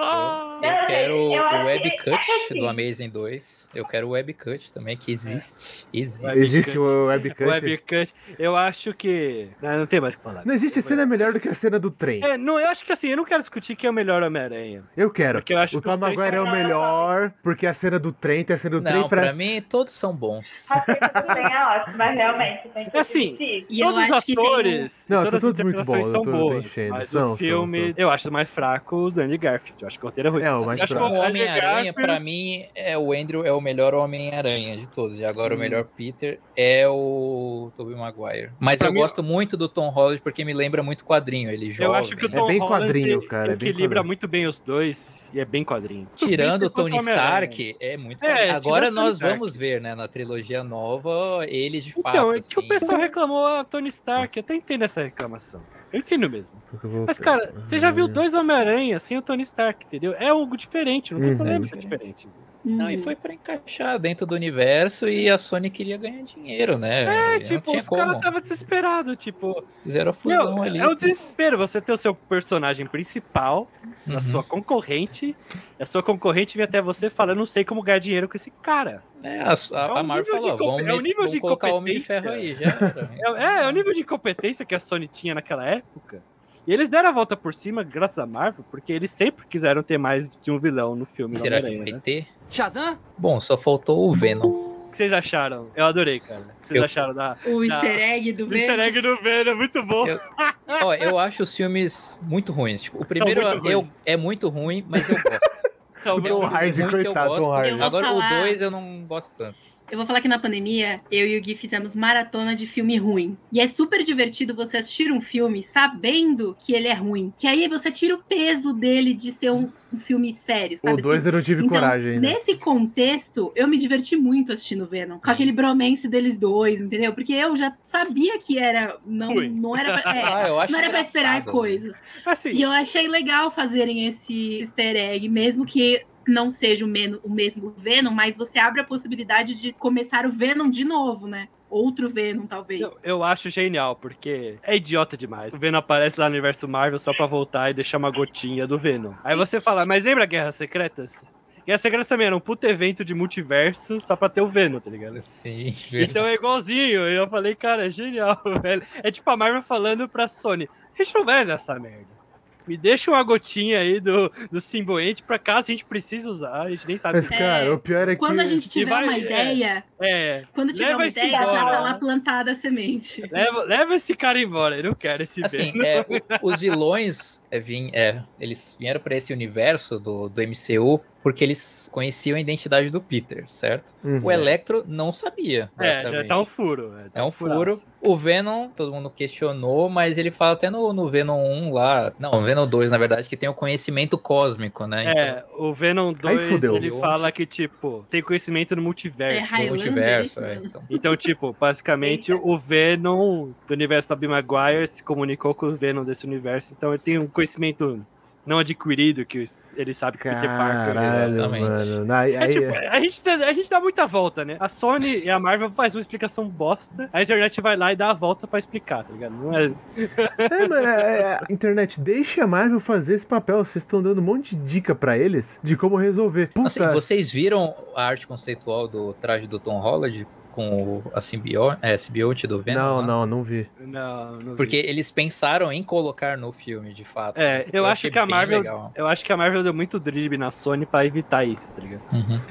Eu quero o Web Cut do Amazing 2. Eu quero o Web Cut também, que existe. Existe o Web Cut? O Web Cut. Eu acho que... Não tem mais o que falar. Não existe cena melhor do que a cena do trem. Não, eu acho que assim, eu não quero discutir quem é o melhor Homem-Aranha. Eu quero. Porque eu acho o Tom Maguire é o melhor, porque a cena do trem tem a cena do trem pra mim, todos são bons. A cena do trem é ótima, mas realmente tem que assim, e todos os atores, não, todas as todos muito bons, são boas, mas o filme, eu acho mais fraco o do Andy Garfield. Eu acho que o roteiro é ruim. O mais fraco. O Homem-Aranha, pra mim, o Andrew é o melhor Homem-Aranha de todos. E agora o melhor Peter é o Tobey Maguire. Mas eu gosto muito do Tom Holland porque me lembra muito quadrinho. Ele jovem. Eu acho que o Tom bem Holland quadrinho, cara. Equilibra muito bem os dois e é bem quadrinho. Tirando o Tony Stark, é muito quadrinho. Agora nós vamos ver, né, na trilogia nova, ele de fato. Então, é que o pessoal reclamou a Tony Stark. Eu até entendo essa reclamação. Eu entendo mesmo. Mas, cara, você já viu 2 Homem-Aranha sem o Tony Stark, entendeu? É algo diferente, não tem problema ser diferente. Não, e foi pra encaixar dentro do universo e a Sony queria ganhar dinheiro, né? Os caras estavam desesperados, tipo... Fizeram a fusão ali. É o desespero, você ter o seu personagem principal, a sua concorrente, e a sua concorrente vem até você falando, eu não sei como ganhar dinheiro com esse cara. A Marvel falou, vamos colocar o Homem de Ferro aí, já era. É o nível de incompetência que a Sony tinha naquela época. E eles deram a volta por cima, graças a Marvel, porque eles sempre quiseram ter mais de um vilão no filme. Será que vai ter? Shazam? Bom, só faltou o Venom. O que vocês acharam? Eu adorei, cara. O que vocês acharam o easter egg do Venom? O easter egg do Venom é muito bom. Eu acho os filmes muito ruins. Tipo, o primeiro é muito ruim, mas eu gosto. O Tom Hardy, coitado, Tom Hardy. Agora o 2 eu não gosto tanto. Eu vou falar que na pandemia, eu e o Gui fizemos maratona de filme ruim. E é super divertido você assistir um filme sabendo que ele é ruim. Que aí você tira o peso dele de ser um filme sério, sabe? O 2 eu não tive coragem ainda. Nesse contexto, eu me diverti muito assistindo Venom. Com aquele bromance deles dois, entendeu? Porque eu já sabia que era... Não era pra esperar coisas. Assim. E eu achei legal fazerem esse easter egg, mesmo que não seja o mesmo Venom, mas você abre a possibilidade de começar o Venom de novo, né? Outro Venom, talvez. Eu acho genial, porque é idiota demais. O Venom aparece lá no universo Marvel só pra voltar e deixar uma gotinha do Venom. Aí você fala, mas lembra Guerras Secretas? Guerras Secretas também era um puto evento de multiverso só pra ter o Venom, tá ligado? Sim. Então é igualzinho. E eu falei, cara, é genial, velho. É tipo a Marvel falando pra Sony, deixa eu ver essa merda. Me deixa uma gotinha aí do simbionte pra caso a gente precise usar, a gente nem sabe. Mas, cara, o pior é que... Quando a gente tiver uma ideia... Quando tiver uma ideia, já tá lá plantada a semente. Leva esse cara embora, eu não quero esse assim, os vilões Eles vieram para esse universo do MCU porque eles conheciam a identidade do Peter, certo? O Electro não sabia, já tá um furo. É um furo. O Venom, todo mundo questionou, mas ele fala até no Venom 1 lá... Não, no Venom 2, na verdade, que tem o conhecimento cósmico, né? Então... o Venom 2, ele fala que, tipo, tem conhecimento no multiverso. Então, tipo, basicamente, o Venom do universo do Tobey Maguire se comunicou com o Venom desse universo, então ele tem um conhecimento não adquirido que ele sabe que Peter Parker. Mano. Tipo, a gente dá muita volta, né? A Sony e a Marvel faz uma explicação bosta, a internet vai lá e dá a volta pra explicar, tá ligado? Não é... Internet, deixe a Marvel fazer esse papel, vocês estão dando um monte de dica pra eles de como resolver. Puta. Assim, vocês viram a arte conceitual do traje do Tom Holland? Com a simbionte do Venom? Não vi. Não Porque eles pensaram em colocar no filme, de fato. Eu acho que a Marvel deu muito drible na Sony pra evitar isso, tá ligado?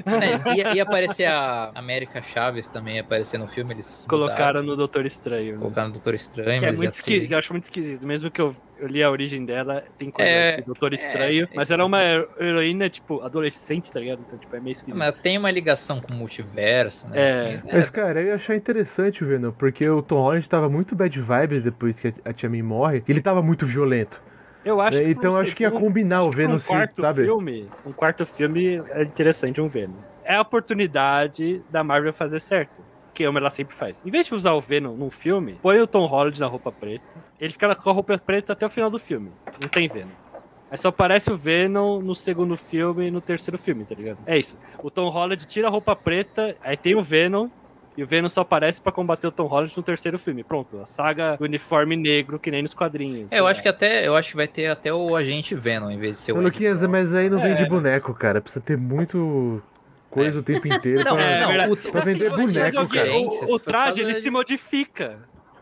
Ia aparecer a América Chaves também, aparecer no filme, eles colocaram no Doutor Estranho. Colocaram no Doutor Estranho, que mas que eu acho muito esquisito, mesmo que eu li a origem dela, tem coisa do Doutor Estranho, mas ela é uma heroína, tipo, adolescente, tá ligado? Então, tipo, é meio esquisito. Mas tem uma ligação com o multiverso, né? Mas, cara, eu ia achar interessante o Venom, porque o Tom Holland tava muito bad vibes depois que a Tia May morre, e ele tava muito violento. Eu acho que então acho que ia combinar o Venom, sabe? Um quarto filme é interessante um Venom. É a oportunidade da Marvel fazer certo, que ela sempre faz. Em vez de usar o Venom num filme, põe o Tom Holland na roupa preta, ele fica com a roupa preta até o final do filme. Não tem Venom. Aí só aparece o Venom no segundo filme e no terceiro filme, tá ligado? É isso. O Tom Holland tira a roupa preta, aí tem o Venom, e o Venom só aparece pra combater o Tom Holland no terceiro filme. Pronto, a saga do uniforme negro, que nem nos quadrinhos. Eu acho que vai ter até o Agente Venom, em vez de ser o Luquinhas, mas aí não vem de boneco, cara. Precisa ter muito... coisa o tempo inteiro pra vender boneco, cara. O traje, ele se modifica.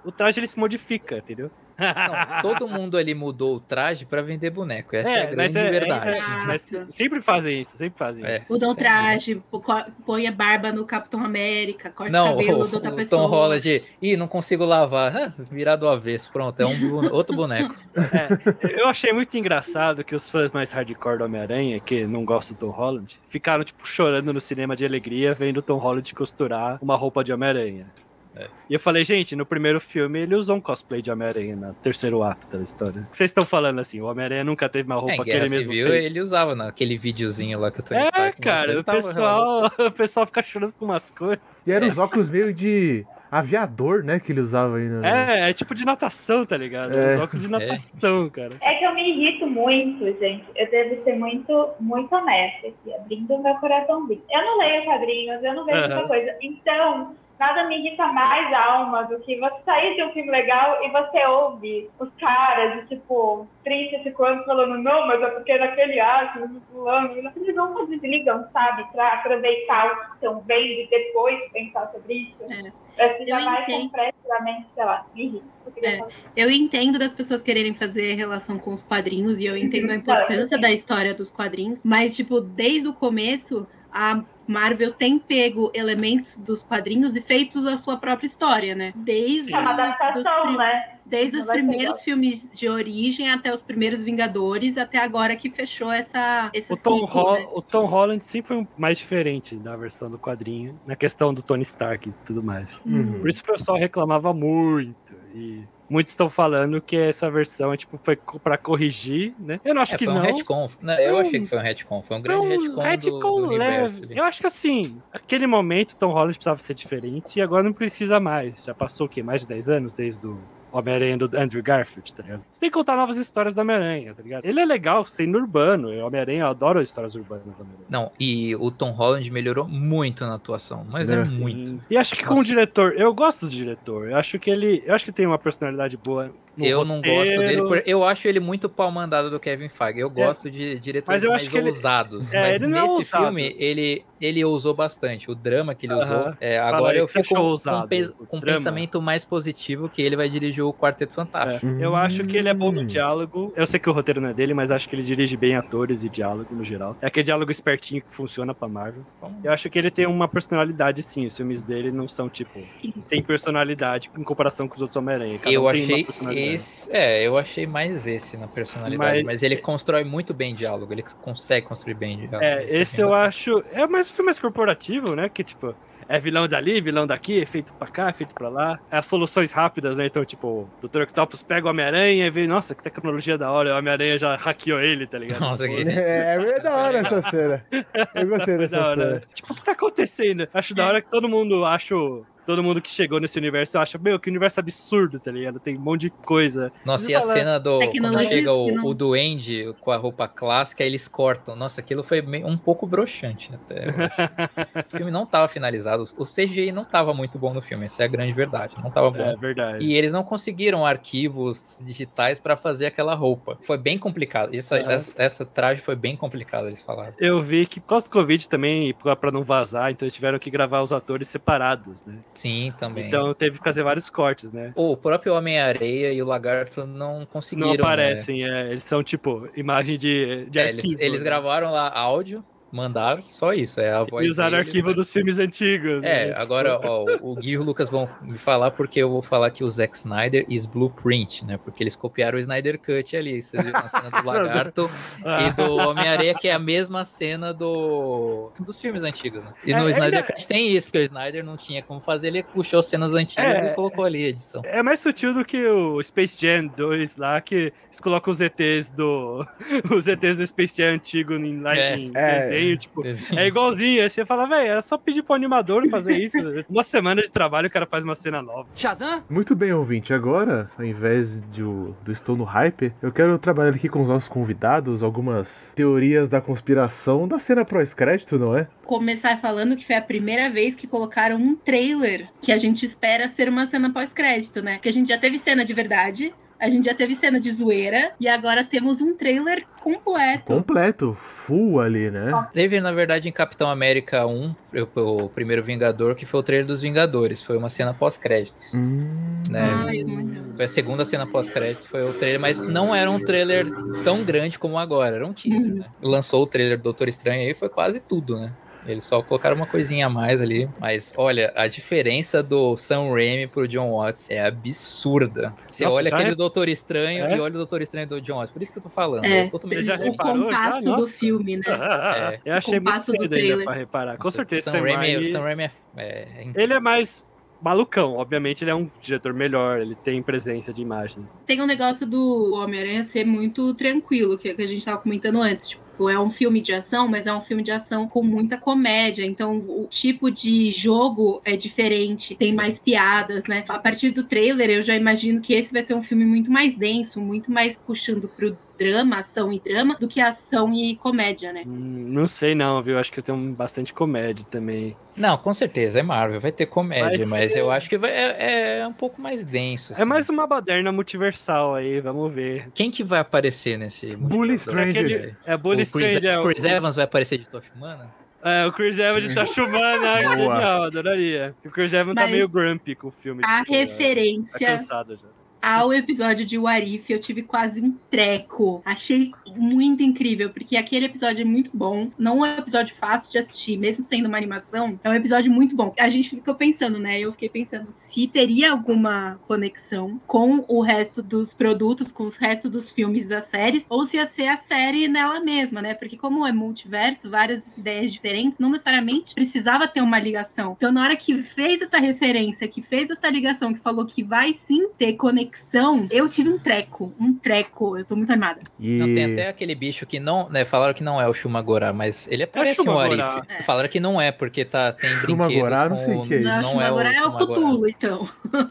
Entendeu? Não, todo mundo ali mudou o traje pra vender boneco. Essa é a grande verdade. Mas sempre fazem isso, Mudam o traje, põe a barba no Capitão América, corta o cabelo de outra pessoa. Tom Holland, não consigo lavar. Virar do avesso, pronto, é outro boneco. Eu achei muito engraçado que os fãs mais hardcore do Homem-Aranha, que não gostam do Tom Holland, ficaram, tipo, chorando no cinema de alegria vendo o Tom Holland costurar uma roupa de Homem-Aranha. E eu falei, gente, no primeiro filme ele usou um cosplay de Homem-Aranha no terceiro ato da história. O que vocês estão falando assim? O Homem-Aranha nunca teve uma roupa que ele mesmo fez. Ele usava naquele videozinho lá que eu tô Stark. Cara, o pessoal fica chorando com umas coisas. E eram os óculos meio de aviador, né, que ele usava aí. É tipo de natação, tá ligado? Os óculos de natação, cara. É que eu me irrito muito, gente. Eu devo ser muito, muito honesta aqui, abrindo o meu coraçãozinho. Eu não leio quadrinhos, eu não vejo muita coisa. Então... nada me irrita mais a alma do que você sair de um filme legal e você ouve os caras de, tipo, 35 anos falando, não, mas é porque naquele ato, fulano, eles não desligam, sabe, pra aproveitar o que estão vendo e depois pensar sobre isso. Já vai completamente, sei lá, me irrita. Eu entendo das pessoas quererem fazer relação com os quadrinhos e eu entendo a importância da história dos quadrinhos, mas, tipo, desde o começo, a Marvel tem pego elementos dos quadrinhos e feitos a sua própria história, né? Desde uma adaptação, né? Desde os primeiros filmes de origem até os primeiros Vingadores, até agora que fechou esse ciclo, né? O Tom Holland sempre foi mais diferente da versão do quadrinho, na questão do Tony Stark e tudo mais. Por isso o pessoal reclamava muito. E muitos estão falando que essa versão foi pra corrigir, né? Eu não acho que foi não. Um retcon. Eu achei que foi um retcon. Foi um grande retcon do universo. Eu acho que assim, aquele momento Tom Holland precisava ser diferente e agora não precisa mais. Já passou o quê? Mais de 10 anos desde o Homem-Aranha do Andrew Garfield, tá ligado? Você tem que contar novas histórias do Homem-Aranha, tá ligado? Ele é legal sendo urbano. O Homem-Aranha, eu adoro as histórias urbanas do Homem-Aranha. Não, e o Tom Holland melhorou muito na atuação, mas muito. E acho que com o diretor, eu gosto do diretor. Eu acho que tem uma personalidade boa. Eu não gosto dele, eu acho ele muito pau mandado do Kevin Feige. Eu gosto de diretores mais ousados. Mas nesse filme, ele ousou bastante. O drama que ele usou. Agora eu fico com um pensamento mais positivo que ele vai dirigir dirige o Quarteto Fantástico. Eu acho que ele é bom no diálogo. Eu sei que o roteiro não é dele, mas acho que ele dirige bem atores e diálogo no geral. É aquele diálogo espertinho que funciona pra Marvel. Eu acho que ele tem uma personalidade, sim. Os filmes dele não são, tipo, sem personalidade em comparação com os outros Homem-Aranha. Eu achei esse... eu achei mais esse na personalidade, mas ele constrói muito bem diálogo. Ele consegue construir bem diálogo. Esse eu acho... É mais um filme mais corporativo, né? Que, tipo... É vilão dali, vilão daqui, feito pra cá, feito pra lá. É as soluções rápidas, né? Então, tipo, o Dr. Octopus pega o Homem-Aranha e vê, nossa, que tecnologia da hora, o Homem-Aranha já hackeou ele, tá ligado? Nossa, que é bem da hora essa cena. Eu gostei dessa cena. Tipo, o que tá acontecendo? Acho da hora que todo mundo que chegou nesse universo acha, que universo absurdo, tá ligado? Tem um monte de coisa. Nossa, e a cena quando chega o Duende com a roupa clássica, eles cortam. Nossa, aquilo foi um pouco broxante até, eu acho. O filme não tava finalizado. O CGI não tava muito bom no filme, essa é a grande verdade. Não tava bom. É verdade. E eles não conseguiram arquivos digitais pra fazer aquela roupa. Foi bem complicado. Essa traje foi bem complicada, eles falaram. Eu vi que por causa do Covid também, pra não vazar, então eles tiveram que gravar os atores separados, né? Sim, também. Então teve que fazer vários cortes, né? O próprio Homem-Areia e o Lagarto não conseguiram. Não aparecem, eles são tipo imagem de arquivo. Eles gravaram lá áudio, mandaram, só isso. A voz e usaram arquivo dos filmes antigos. Né? Agora o Gui e o Lucas vão me falar porque eu vou falar que o Zack Snyder is Blueprint, né? Porque eles copiaram o Snyder Cut ali. Vocês viram a cena do Lagarto e do Homem-Areia, que é a mesma cena dos filmes antigos, né? E no Snyder Cut tem isso, porque o Snyder não tinha como fazer, ele puxou cenas antigas e colocou ali a edição. É mais sutil do que o Space Jam 2 lá, que eles colocam os ETs do Space Jam antigo em desenho. Tipo, é igualzinho. Aí você fala, velho, era só pedir pro animador fazer isso. Uma semana de trabalho o cara faz uma cena nova. Shazam? Muito bem, ouvinte. Agora, ao invés do Estou no Hype, eu quero trabalhar aqui com os nossos convidados algumas teorias da conspiração da cena pós-crédito, não é? Começar falando que foi a primeira vez que colocaram um trailer que a gente espera ser uma cena pós-crédito, né? Porque a gente já teve cena de verdade, a gente já teve cena de zoeira e agora temos um trailer completo. Completo, full ali, né? Teve, na verdade, em Capitão América 1, o primeiro Vingador, que foi o trailer dos Vingadores. Foi uma cena pós-créditos. Né? Foi a segunda cena pós-créditos, foi o trailer, mas não era um trailer tão grande como agora, era um teaser, né? Lançou o trailer do Doutor Estranho aí, foi quase tudo, né? Eles só colocaram uma coisinha a mais ali. Mas, olha, a diferença do Sam Raimi pro John Watts é absurda. Você olha aquele Doutor Estranho e olha o Doutor Estranho do John Watts. Por isso que eu tô falando. O compasso do filme, né? Eu achei muito cedo ainda pra reparar. Com certeza, Sam Raimi ele é mais malucão. Obviamente, ele é um diretor melhor. Ele tem presença de imagem. Tem um negócio do Homem-Aranha ser muito tranquilo, que a gente tava comentando antes. Tipo, é um filme de ação, mas é um filme de ação com muita comédia. Então, o tipo de jogo é diferente, tem mais piadas, né? A partir do trailer, eu já imagino que esse vai ser um filme muito mais denso, muito mais puxando pro drama, ação e drama, do que ação e comédia, né? Não sei não, viu? Acho que tem bastante comédia também. Não, com certeza, é Marvel, vai ter comédia, mas eu acho que é um pouco mais denso. Assim. É mais uma baderna multiversal aí, vamos ver. Quem que vai aparecer nesse... Bully Stranger. Bully Stranger. O Chris Evans vai aparecer de Tocha Humana? O Chris Evans de Tocha Humana, genial, adoraria. O Chris Evans tá meio grumpy com o filme. A referência... Tá cansado já. Ao episódio de What If, eu tive quase um treco. Achei muito incrível, porque aquele episódio é muito bom. Não é um episódio fácil de assistir, mesmo sendo uma animação. É um episódio muito bom. A gente ficou pensando, né? Eu fiquei pensando se teria alguma conexão com o resto dos produtos, com os restos dos filmes das séries, ou se ia ser a série nela mesma, né? Porque como é multiverso, várias ideias diferentes, não necessariamente precisava ter uma ligação. Então, na hora que fez essa referência, que fez essa ligação, que falou que vai sim ter conexão, eu tive um treco, eu tô muito animada. Não, tem até aquele bicho que não, né, falaram que não é o Shumagorá, mas ele aparece no Arif. Falaram que não é, porque tem Shumagorá, não sei o que é isso. Não, Shumagorá é o Cthulhu, então.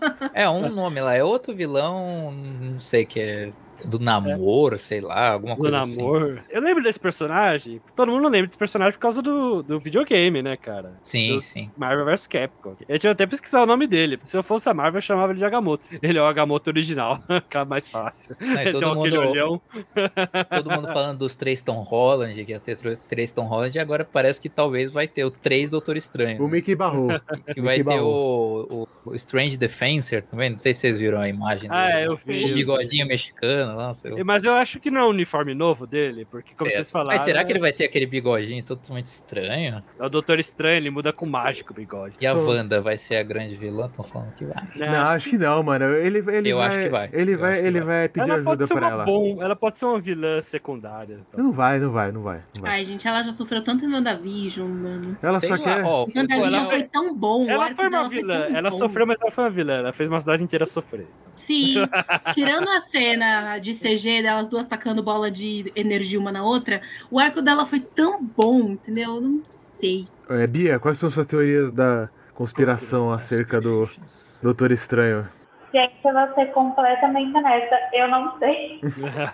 É um nome lá, é outro vilão, não sei que é... Do namoro, sei lá, alguma coisa assim. Do namoro. Eu lembro desse personagem. Todo mundo lembra desse personagem por causa do videogame, né, cara? Sim, sim. Marvel vs Capcom. Eu tinha até pesquisar o nome dele. Se eu fosse a Marvel, eu chamava ele de Agamotto. Ele é o Agamotto original. Fica mais fácil. Ele tem aquele olhão. Todo mundo falando dos 3 Tom Holland, que ia ter 3 Tom Holland, e agora parece que talvez vai ter o 3 Doutor Estranho. O Mickey Barrow. Que vai ter o o Strange Defenser também, não sei se vocês viram a imagem dele. Eu vi. O bigodinho mexicano, nossa. Mas eu acho que não é o uniforme novo dele, porque como vocês falaram... Mas será que ele vai ter aquele bigodinho totalmente estranho? É o Doutor Estranho, ele muda com mágico o bigode. E a Wanda vai ser a grande vilã? Estão falando que vai. Não, acho que não, mano. Eu acho que vai. Ele vai pedir ajuda pra ela. Ela pode ser uma vilã secundária. Então. Não vai. Ai, gente, ela já sofreu tanto em WandaVision, mano. Ela só quer... WandaVision foi tão bom. Ela foi uma vilã. Ela sofreu, mas ela foi uma vilã. Ela fez uma cidade inteira sofrer. Sim. Tirando a cena de CG delas duas tacando bola de energia uma na outra, o arco dela foi tão bom, entendeu? Eu não sei. Bia, quais são suas teorias da conspiração acerca do Doutor Estranho? Gente, eu vou ser completamente honesta, eu não sei.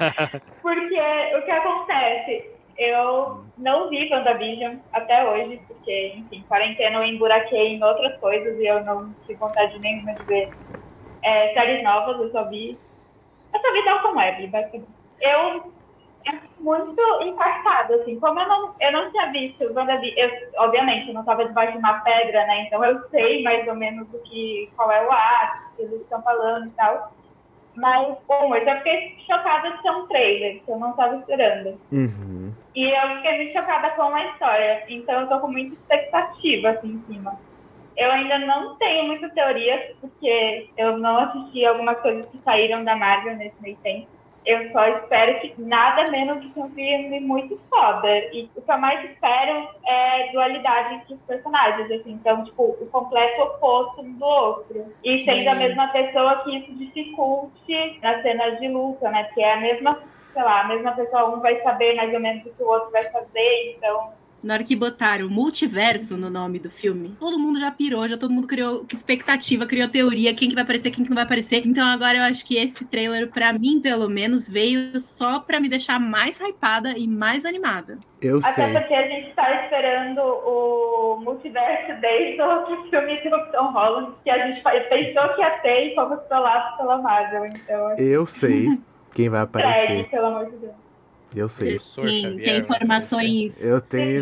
Porque o que acontece? Eu não vi WandaVision até hoje, porque, enfim, quarentena eu emburaquei em outras coisas e eu não tive vontade nenhuma de ver séries novas, eu só vi tal como é, basicamente. Eu muito impactada, assim, como eu não tinha visto WandaVision, obviamente, eu não estava debaixo de uma pedra, né, então eu sei mais ou menos qual é o ato que eles estão falando e tal, mas, bom, eu já fiquei chocada de ser um trailer, que eu não estava esperando. Uhum. E eu fiquei muito chocada com a história, então eu tô com muita expectativa, assim, em cima. Eu ainda não tenho muita teoria, porque eu não assisti algumas coisas que saíram da Marvel nesse meio tempo. Eu só espero que nada menos do que um filme muito foda. E o que eu mais espero é dualidade entre os personagens, assim. Então, tipo, o completo oposto um do outro. E sendo a mesma pessoa, que isso dificulte nas cenas de luta, né? Que é a mesma, sei lá, a mesma pessoa, um vai saber mais ou menos o que o outro vai fazer, então... Na hora que botaram multiverso no nome do filme, todo mundo já pirou, todo mundo criou expectativa, criou teoria, quem que vai aparecer, quem que não vai aparecer. Então agora eu acho que esse trailer, pra mim, pelo menos, veio só pra me deixar mais hypada e mais animada. Eu sei. Até porque a gente tá esperando o multiverso desde o outro filme do Tom Holland, que a gente pensou que ia ter e fomos trollados pela Marvel. Então, eu sei quem vai aparecer. Fred, pelo amor de Deus. Eu sei. Sim, tem informações. Eu tenho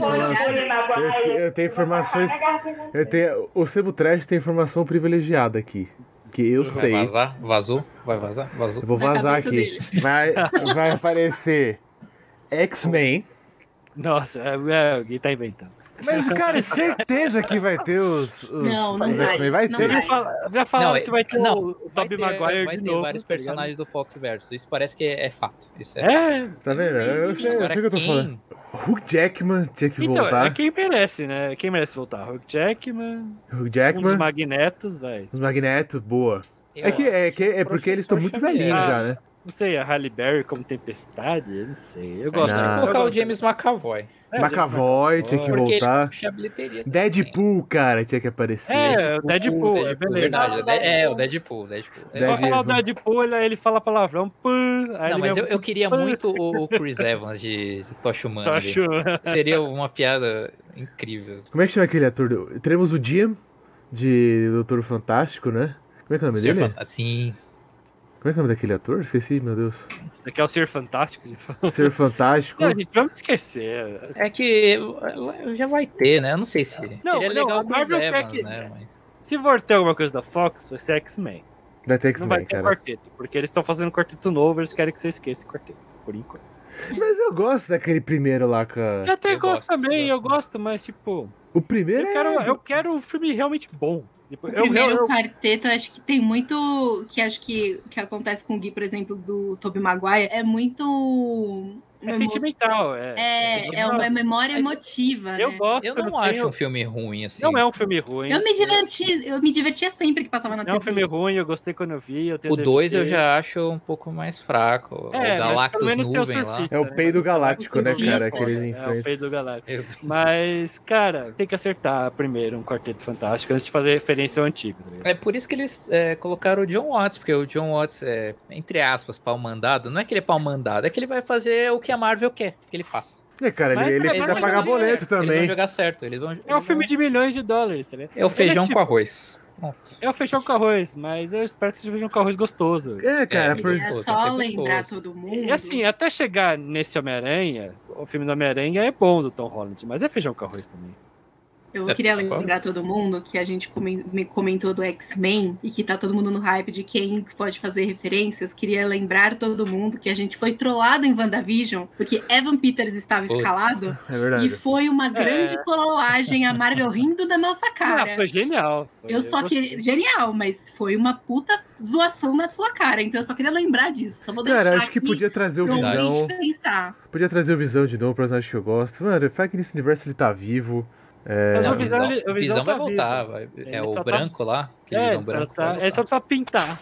informações. O Sebo Trash tem informação privilegiada aqui. Que eu sei. Vai vazar? Vazou? Vai vazar? Vazou. Eu vou vazar aqui. Vai aparecer X-Men. Nossa, alguém tá inventando. Mas, cara, é certeza que vai ter os não X-Men. Vai ter. Já falaram que vai ter o Tobey Maguire de novo. Vai ter vários personagens do Foxverse. Isso parece que é fato. Isso tá vendo? Eu sei o que eu tô falando. Hugh Jackman tinha que voltar. Então, é quem merece, né? Quem merece voltar? Hugh Jackman. Os Magnetos, velho. Os Magnetos, boa. É porque eles estão muito velhinhos já, né? Não sei, a Halle Berry como Tempestade, eu não sei. Eu gosto de colocar o James McAvoy. McAvoy tinha que voltar. Deadpool, cara, tinha que aparecer. O Deadpool, beleza. Verdade, o Deadpool. Se for falar o Deadpool, ele fala palavrão. Não, mas eu queria muito o Chris Evans de Tocha Humana. Seria uma piada incrível. Como é que chama aquele ator? Teremos o Jim, de Doutor Fantástico, né? Como é que é o nome dele? Sim. Como é que é o nome daquele ator? Esqueci, meu Deus. Você quer o Ser Fantástico? Ser Fantástico. Não, gente, vamos esquecer. É que já vai ter, né? Eu não sei se seria legal o Chris Evans, né? Mas... Se for ter alguma coisa da Fox, vai ser X-Men. Vai ter X-Men, não vai ter quarteto, porque eles estão fazendo quarteto novo, eles querem que você esqueça o quarteto, por enquanto. Mas eu gosto daquele primeiro lá, cara. Eu até gosto também, eu gosto, mas tipo... O primeiro eu quero um filme realmente bom. O primeiro quarteto, acho que tem muito que acho que acontece com o Gui, por exemplo, do Tobey Maguire, é muito... É sentimental, é uma memória emotiva, né? Eu não acho um filme ruim, assim. Não é um filme ruim. Eu me divertia sempre que passava na TV. É um filme ruim, eu gostei quando eu vi. O 2 eu já acho um pouco mais fraco. O Galactus Nuvem lá. É o peido galáctico, né, cara? É o peido galáctico. Mas, cara, tem que acertar primeiro um Quarteto Fantástico antes de fazer referência ao antigo. Tá? É por isso que eles colocaram o John Watts, porque o John Watts é, entre aspas, pau mandado. Não é que ele é pau mandado, é que ele vai fazer o que a Marvel quer que ele faça. Cara, ele precisa pagar boleto também. Eles vão jogar certo. É um filme de milhões de dólares, tá ligado? É o feijão com arroz. É o feijão com arroz, mas eu espero que seja feijão com arroz gostoso. Cara, é só lembrar todo mundo. E assim, até chegar nesse Homem-Aranha, o filme do Homem-Aranha é bom do Tom Holland, mas é feijão com arroz também. Eu queria lembrar todo mundo que a gente comentou do X-Men e que tá todo mundo no hype de quem pode fazer referências. Queria lembrar todo mundo que a gente foi trollado em WandaVision porque Evan Peters estava escalado. É verdade. E foi uma grande trollagem, a Marvel rindo da nossa cara. Foi genial. Eu só queria... Genial, mas foi uma puta zoação na sua cara. Então eu só queria lembrar disso. Só vou deixar. Cara, acho que podia trazer o Visão. Podia trazer o Visão de novo, o personagem que eu gosto. Mano, faz que nesse universo ele tá vivo. Mas o Visão vai voltar. É o branco lá? Visão branco. É só precisar pintar.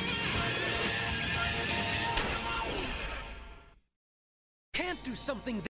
Can't do something